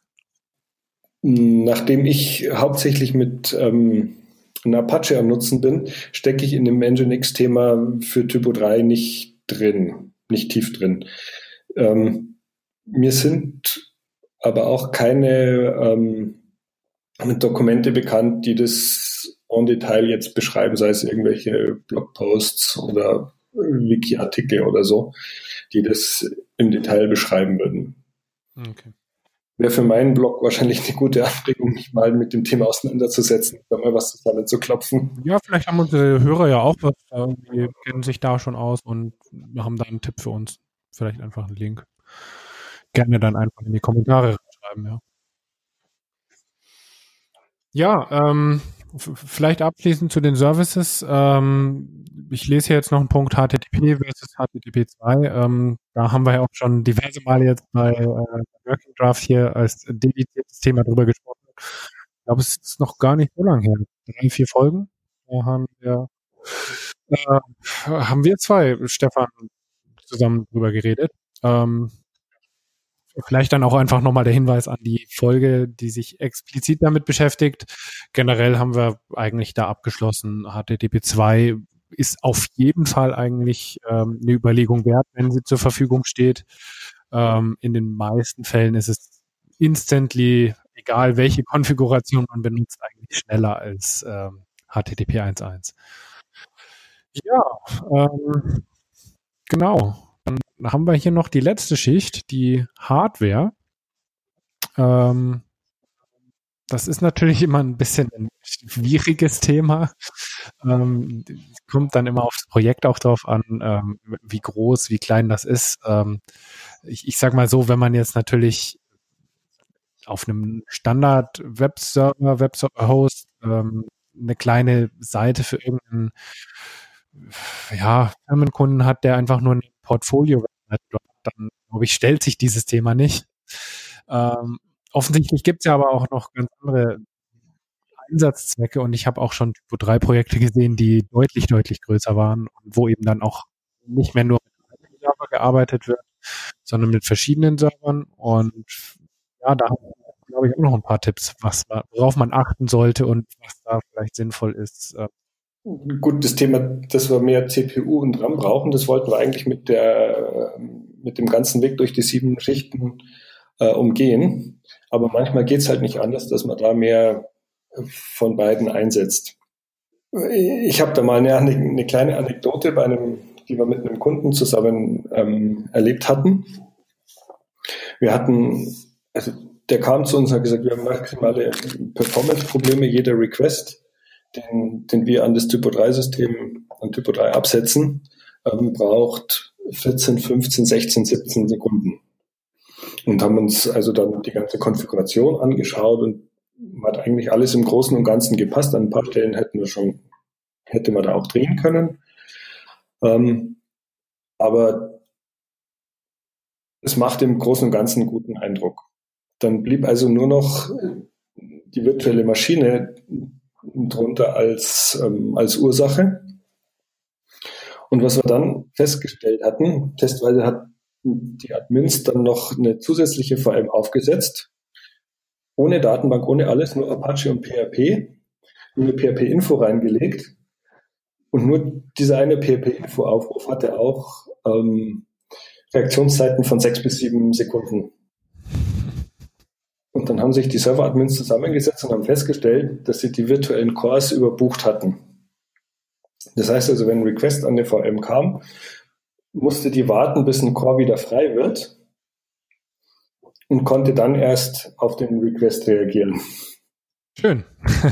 Nachdem ich hauptsächlich mit ähm, ein Apache am Nutzen bin, stecke ich in dem Nginx-Thema für Typo drei nicht drin, nicht tief drin. Ähm, mir sind aber auch keine ähm, Dokumente bekannt, die das en Detail jetzt beschreiben, sei es irgendwelche Blogposts oder Wiki-Artikel oder so, die das im Detail beschreiben würden. Okay. Wäre für meinen Blog wahrscheinlich eine gute Anregung, mich mal mit dem Thema auseinanderzusetzen, da mal was zusammen zu klopfen. Ja, vielleicht haben unsere Hörer ja auch was, die kennen sich da schon aus und haben da einen Tipp für uns. Vielleicht einfach einen Link. Gerne dann einfach in die Kommentare schreiben, ja. Ja, ähm, f- vielleicht abschließend zu den Services. Ähm, ich lese hier jetzt noch einen Punkt H T T P versus H T T P zwei. Ähm, da haben wir ja auch schon diverse Male jetzt bei äh, Working Draft hier als dediziertes Thema drüber gesprochen. Ich glaube, es ist noch gar nicht so lange her. Drei, vier Folgen. Da haben wir, äh, haben wir zwei, Stefan, zusammen drüber geredet. Ähm, Vielleicht dann auch einfach nochmal der Hinweis an die Folge, die sich explizit damit beschäftigt. Generell haben wir eigentlich da abgeschlossen. H T T P zwei ist auf jeden Fall eigentlich ähm, eine Überlegung wert, wenn sie zur Verfügung steht. Ähm, in den meisten Fällen ist es instantly, egal welche Konfiguration man benutzt, eigentlich schneller als ähm, H T T P eins Punkt eins. Ja, ähm, genau. Dann haben wir hier noch die letzte Schicht, die Hardware. Ähm, das ist natürlich immer ein bisschen ein schwieriges Thema. Ähm, kommt dann immer aufs Projekt auch drauf an, ähm, wie groß, wie klein das ist. Ähm, ich, ich sag mal so, wenn man jetzt natürlich auf einem Standard-Webserver, Webhost ähm, eine kleine Seite für irgendeinen ja, Firmenkunden hat, der einfach nur ein Portfolio hat, dann glaube ich, stellt sich dieses Thema nicht. Ähm, offensichtlich gibt es ja aber auch noch ganz andere Einsatzzwecke und ich habe auch schon Typo drei Projekte gesehen, die deutlich, deutlich größer waren und wo eben dann auch nicht mehr nur mit einem Server gearbeitet wird, sondern mit verschiedenen Servern und ja, da habe ich, glaube ich, auch noch ein paar Tipps, was man, worauf man achten sollte und was da vielleicht sinnvoll ist. Gut, das Thema, dass wir mehr C P U und RAM brauchen, das wollten wir eigentlich mit der, mit dem ganzen Weg durch die sieben Schichten äh, umgehen. Aber manchmal geht es halt nicht anders, dass man da mehr von beiden einsetzt. Ich habe da mal eine, eine kleine Anekdote bei einem, die wir mit einem Kunden zusammen ähm, erlebt hatten. Wir hatten, also der kam zu uns und hat gesagt, wir haben maximale Performance-Probleme, jeder Request, den, den wir an das Typo drei System, an Typo drei absetzen, ähm, braucht vierzehn, fünfzehn, sechzehn, siebzehn Sekunden. Und haben uns also dann die ganze Konfiguration angeschaut und hat eigentlich alles im Großen und Ganzen gepasst. An ein paar Stellen hätten wir schon, hätte man da auch drehen können. Ähm, aber es macht im Großen und Ganzen einen guten Eindruck. Dann blieb also nur noch die virtuelle Maschine drunter als, ähm, als Ursache. Und was wir dann festgestellt hatten, testweise hat die Admins dann noch eine zusätzliche V M aufgesetzt, ohne Datenbank, ohne alles, nur Apache und P H P, nur eine P H P-Info reingelegt. Und nur dieser eine P H P-Info-Aufruf hatte auch ähm, Reaktionszeiten von sechs bis sieben Sekunden. Und dann haben sich die Server-Admins zusammengesetzt und haben festgestellt, dass sie die virtuellen Cores überbucht hatten. Das heißt also, wenn ein Request an eine V M kam, musste die warten, bis ein Core wieder frei wird und konnte dann erst auf den Request reagieren. Schön.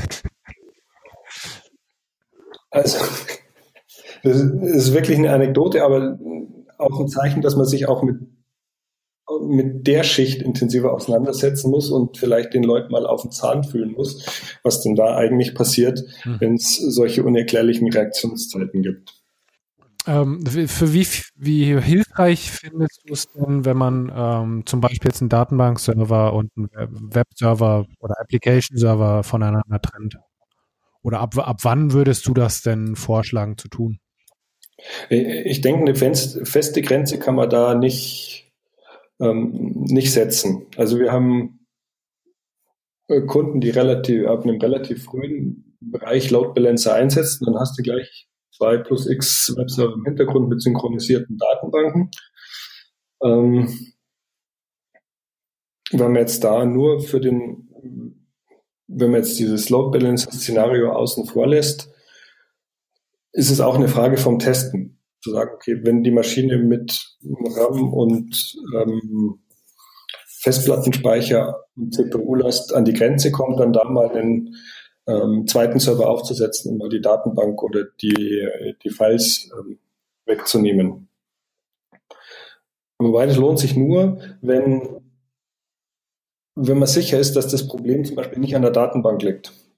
Also, das ist wirklich eine Anekdote, aber auch ein Zeichen, dass man sich auch mit, mit der Schicht intensiver auseinandersetzen muss und vielleicht den Leuten mal auf den Zahn fühlen muss, was denn da eigentlich passiert, mhm. wenn es solche unerklärlichen Reaktionszeiten gibt. Ähm, für wie, wie hilfreich findest du es denn, wenn man ähm, zum Beispiel jetzt einen Datenbankserver und einen Webserver oder Application-Server voneinander trennt? Oder ab, ab wann würdest du das denn vorschlagen zu tun? Ich denke, eine feste Grenze kann man da nicht, ähm, nicht setzen. Also wir haben Kunden, die relativ ab einem relativ frühen Bereich Load Balancer einsetzen, dann hast du gleich zwei plus x Webserver im Hintergrund mit synchronisierten Datenbanken. Ähm, wenn man jetzt da nur für den, wenn man jetzt dieses Load Balancer Szenario außen vor lässt, ist es auch eine Frage vom Testen. Zu sagen, okay, wenn die Maschine mit RAM und ähm, Festplattenspeicher und C P U-Last an die Grenze kommt, dann da mal einen ähm, zweiten Server aufzusetzen, um mal die Datenbank oder die, die Files ähm, wegzunehmen. Aber beides lohnt sich nur, wenn, wenn man sicher ist, dass das Problem zum Beispiel nicht an der Datenbank liegt.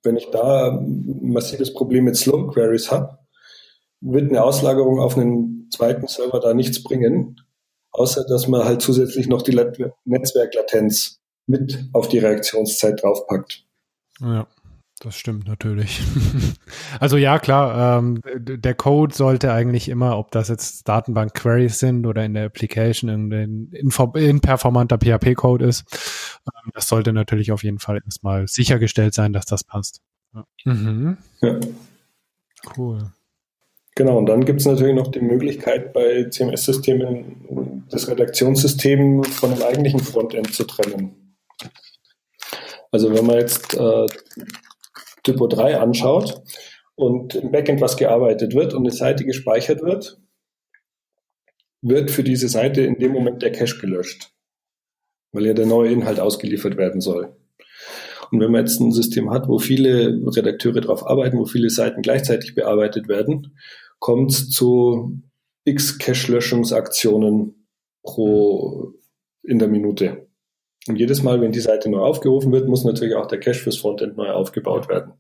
wenn ich da ein massives Problem mit Slow Queries habe, wird eine Auslagerung auf einen zweiten Server da nichts bringen, außer dass man halt zusätzlich noch die Netzwerklatenz mit auf die Reaktionszeit draufpackt. Ja, das stimmt natürlich. Also ja, klar, ähm, der Code sollte eigentlich immer, ob das jetzt Datenbank-Queries sind oder in der Application in, in, in performanter P H P-Code ist, ähm, das sollte natürlich auf jeden Fall erstmal sichergestellt sein, dass das passt. Ja. Mhm. Ja. Cool. Genau, und dann gibt es natürlich noch die Möglichkeit, bei C M S-Systemen das Redaktionssystem von dem eigentlichen Frontend zu trennen. Also wenn man jetzt äh, Typo drei anschaut und im Backend was gearbeitet wird und eine Seite gespeichert wird, wird für diese Seite in dem Moment der Cache gelöscht, weil ja der neue Inhalt ausgeliefert werden soll. Und wenn man jetzt ein System hat, wo viele Redakteure drauf arbeiten, wo viele Seiten gleichzeitig bearbeitet werden, kommt es zu x Cache-Löschungsaktionen pro in der Minute. Und jedes Mal, wenn die Seite neu aufgerufen wird, muss natürlich auch der Cache fürs Frontend neu aufgebaut werden.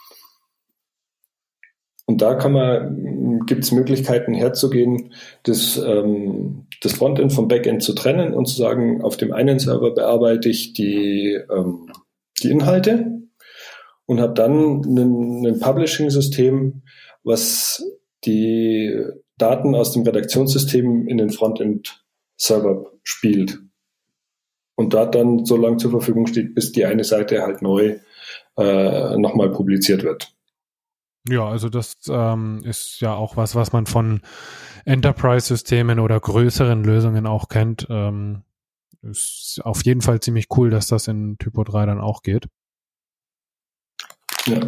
Und da kann man, gibt es Möglichkeiten herzugehen, das, ähm, das Frontend vom Backend zu trennen und zu sagen, auf dem einen Server bearbeite ich die, ähm, die Inhalte und habe dann ein, ein Publishing-System, was die Daten aus dem Redaktionssystem in den Frontend-Server spielt und dort dann so lange zur Verfügung steht, bis die eine Seite halt neu äh, nochmal publiziert wird. Ja, also das ähm, ist ja auch was, was man von Enterprise-Systemen oder größeren Lösungen auch kennt. Ähm, ist auf jeden Fall ziemlich cool, dass das in Typo drei dann auch geht. Ja,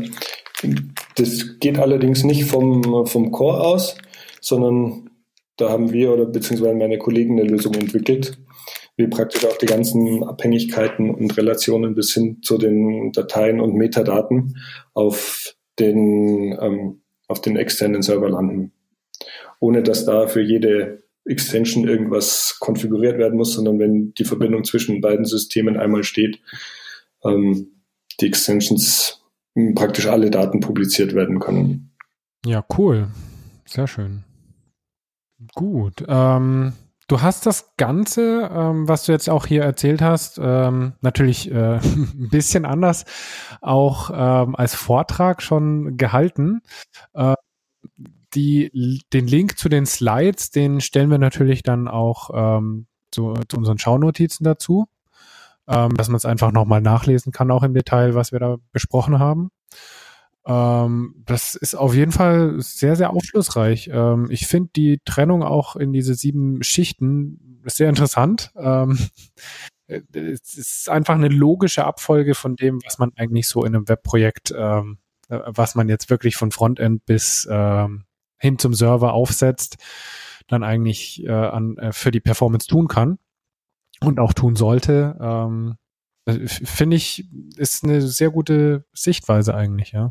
das geht allerdings nicht vom, vom Core aus, sondern da haben wir oder beziehungsweise meine Kollegen eine Lösung entwickelt, wie praktisch auch die ganzen Abhängigkeiten und Relationen bis hin zu den Dateien und Metadaten auf den, ähm, auf den externen Server landen, ohne dass da für jede Extension irgendwas konfiguriert werden muss, sondern wenn die Verbindung zwischen beiden Systemen einmal steht, ähm, die Extensions praktisch alle Daten publiziert werden können. Ja, cool. Sehr schön. Gut. Ähm, du hast das Ganze, ähm, was du jetzt auch hier erzählt hast, ähm, natürlich äh, ein bisschen anders auch ähm, als Vortrag schon gehalten. Äh, die, den Link zu den Slides, den stellen wir natürlich dann auch ähm, zu, zu unseren Shownotizen dazu, ähm, dass man es einfach nochmal nachlesen kann, auch im Detail, was wir da besprochen haben. Ähm, das ist auf jeden Fall sehr, sehr aufschlussreich. Ähm, ich finde die Trennung auch in diese sieben Schichten sehr interessant. Ähm, es ist einfach eine logische Abfolge von dem, was man eigentlich so in einem Webprojekt, ähm, was man jetzt wirklich von Frontend bis ähm, hin zum Server aufsetzt, dann eigentlich äh, an, äh, für die Performance tun kann und auch tun sollte. Ähm, finde ich, ist eine sehr gute Sichtweise eigentlich, ja.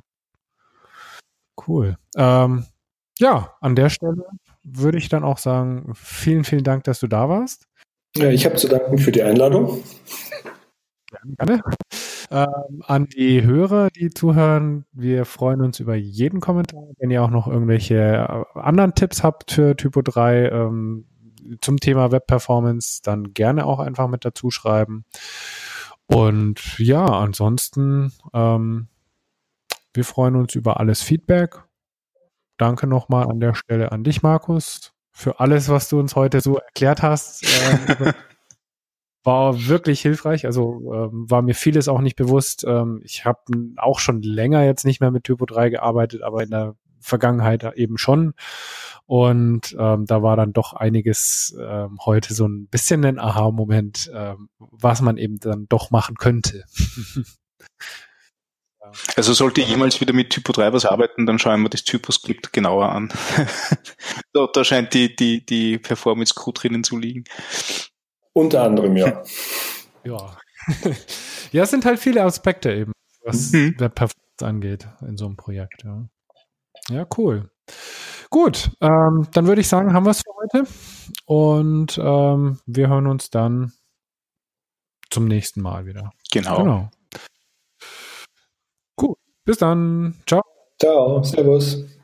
Cool. Ähm, ja, an der Stelle würde ich dann auch sagen, vielen, vielen Dank, dass du da warst. Ja, ich habe zu danken für die Einladung. Gerne. Ähm, an die Hörer, die zuhören, wir freuen uns über jeden Kommentar. Wenn ihr auch noch irgendwelche anderen Tipps habt für Typo drei ähm, zum Thema Web-Performance, dann gerne auch einfach mit dazu schreiben. Und ja, ansonsten ähm, wir freuen uns über alles Feedback. Danke nochmal an der Stelle an dich, Markus, für alles, was du uns heute so erklärt hast. Äh, war wirklich hilfreich. Also ähm, war mir vieles auch nicht bewusst. Ähm, ich habe auch schon länger jetzt nicht mehr mit Typo drei gearbeitet, aber in der Vergangenheit eben schon. Und ähm, da war dann doch einiges ähm, heute so ein bisschen ein Aha-Moment, ähm, was man eben dann doch machen könnte. Also sollte ich jemals wieder mit Typo drei was arbeiten, dann schauen wir das Typoskript genauer an. da, da scheint die, die, die Performance gut drinnen zu liegen. Unter anderem, ja. Ja. Ja, es sind halt viele Aspekte eben, was mhm. der Performance angeht in so einem Projekt. Ja, ja cool. Gut, ähm, dann würde ich sagen, haben wir es für heute. Und ähm, wir hören uns dann zum nächsten Mal wieder. Genau. Genau. Gut. Bis dann. Ciao. Ciao. Servus.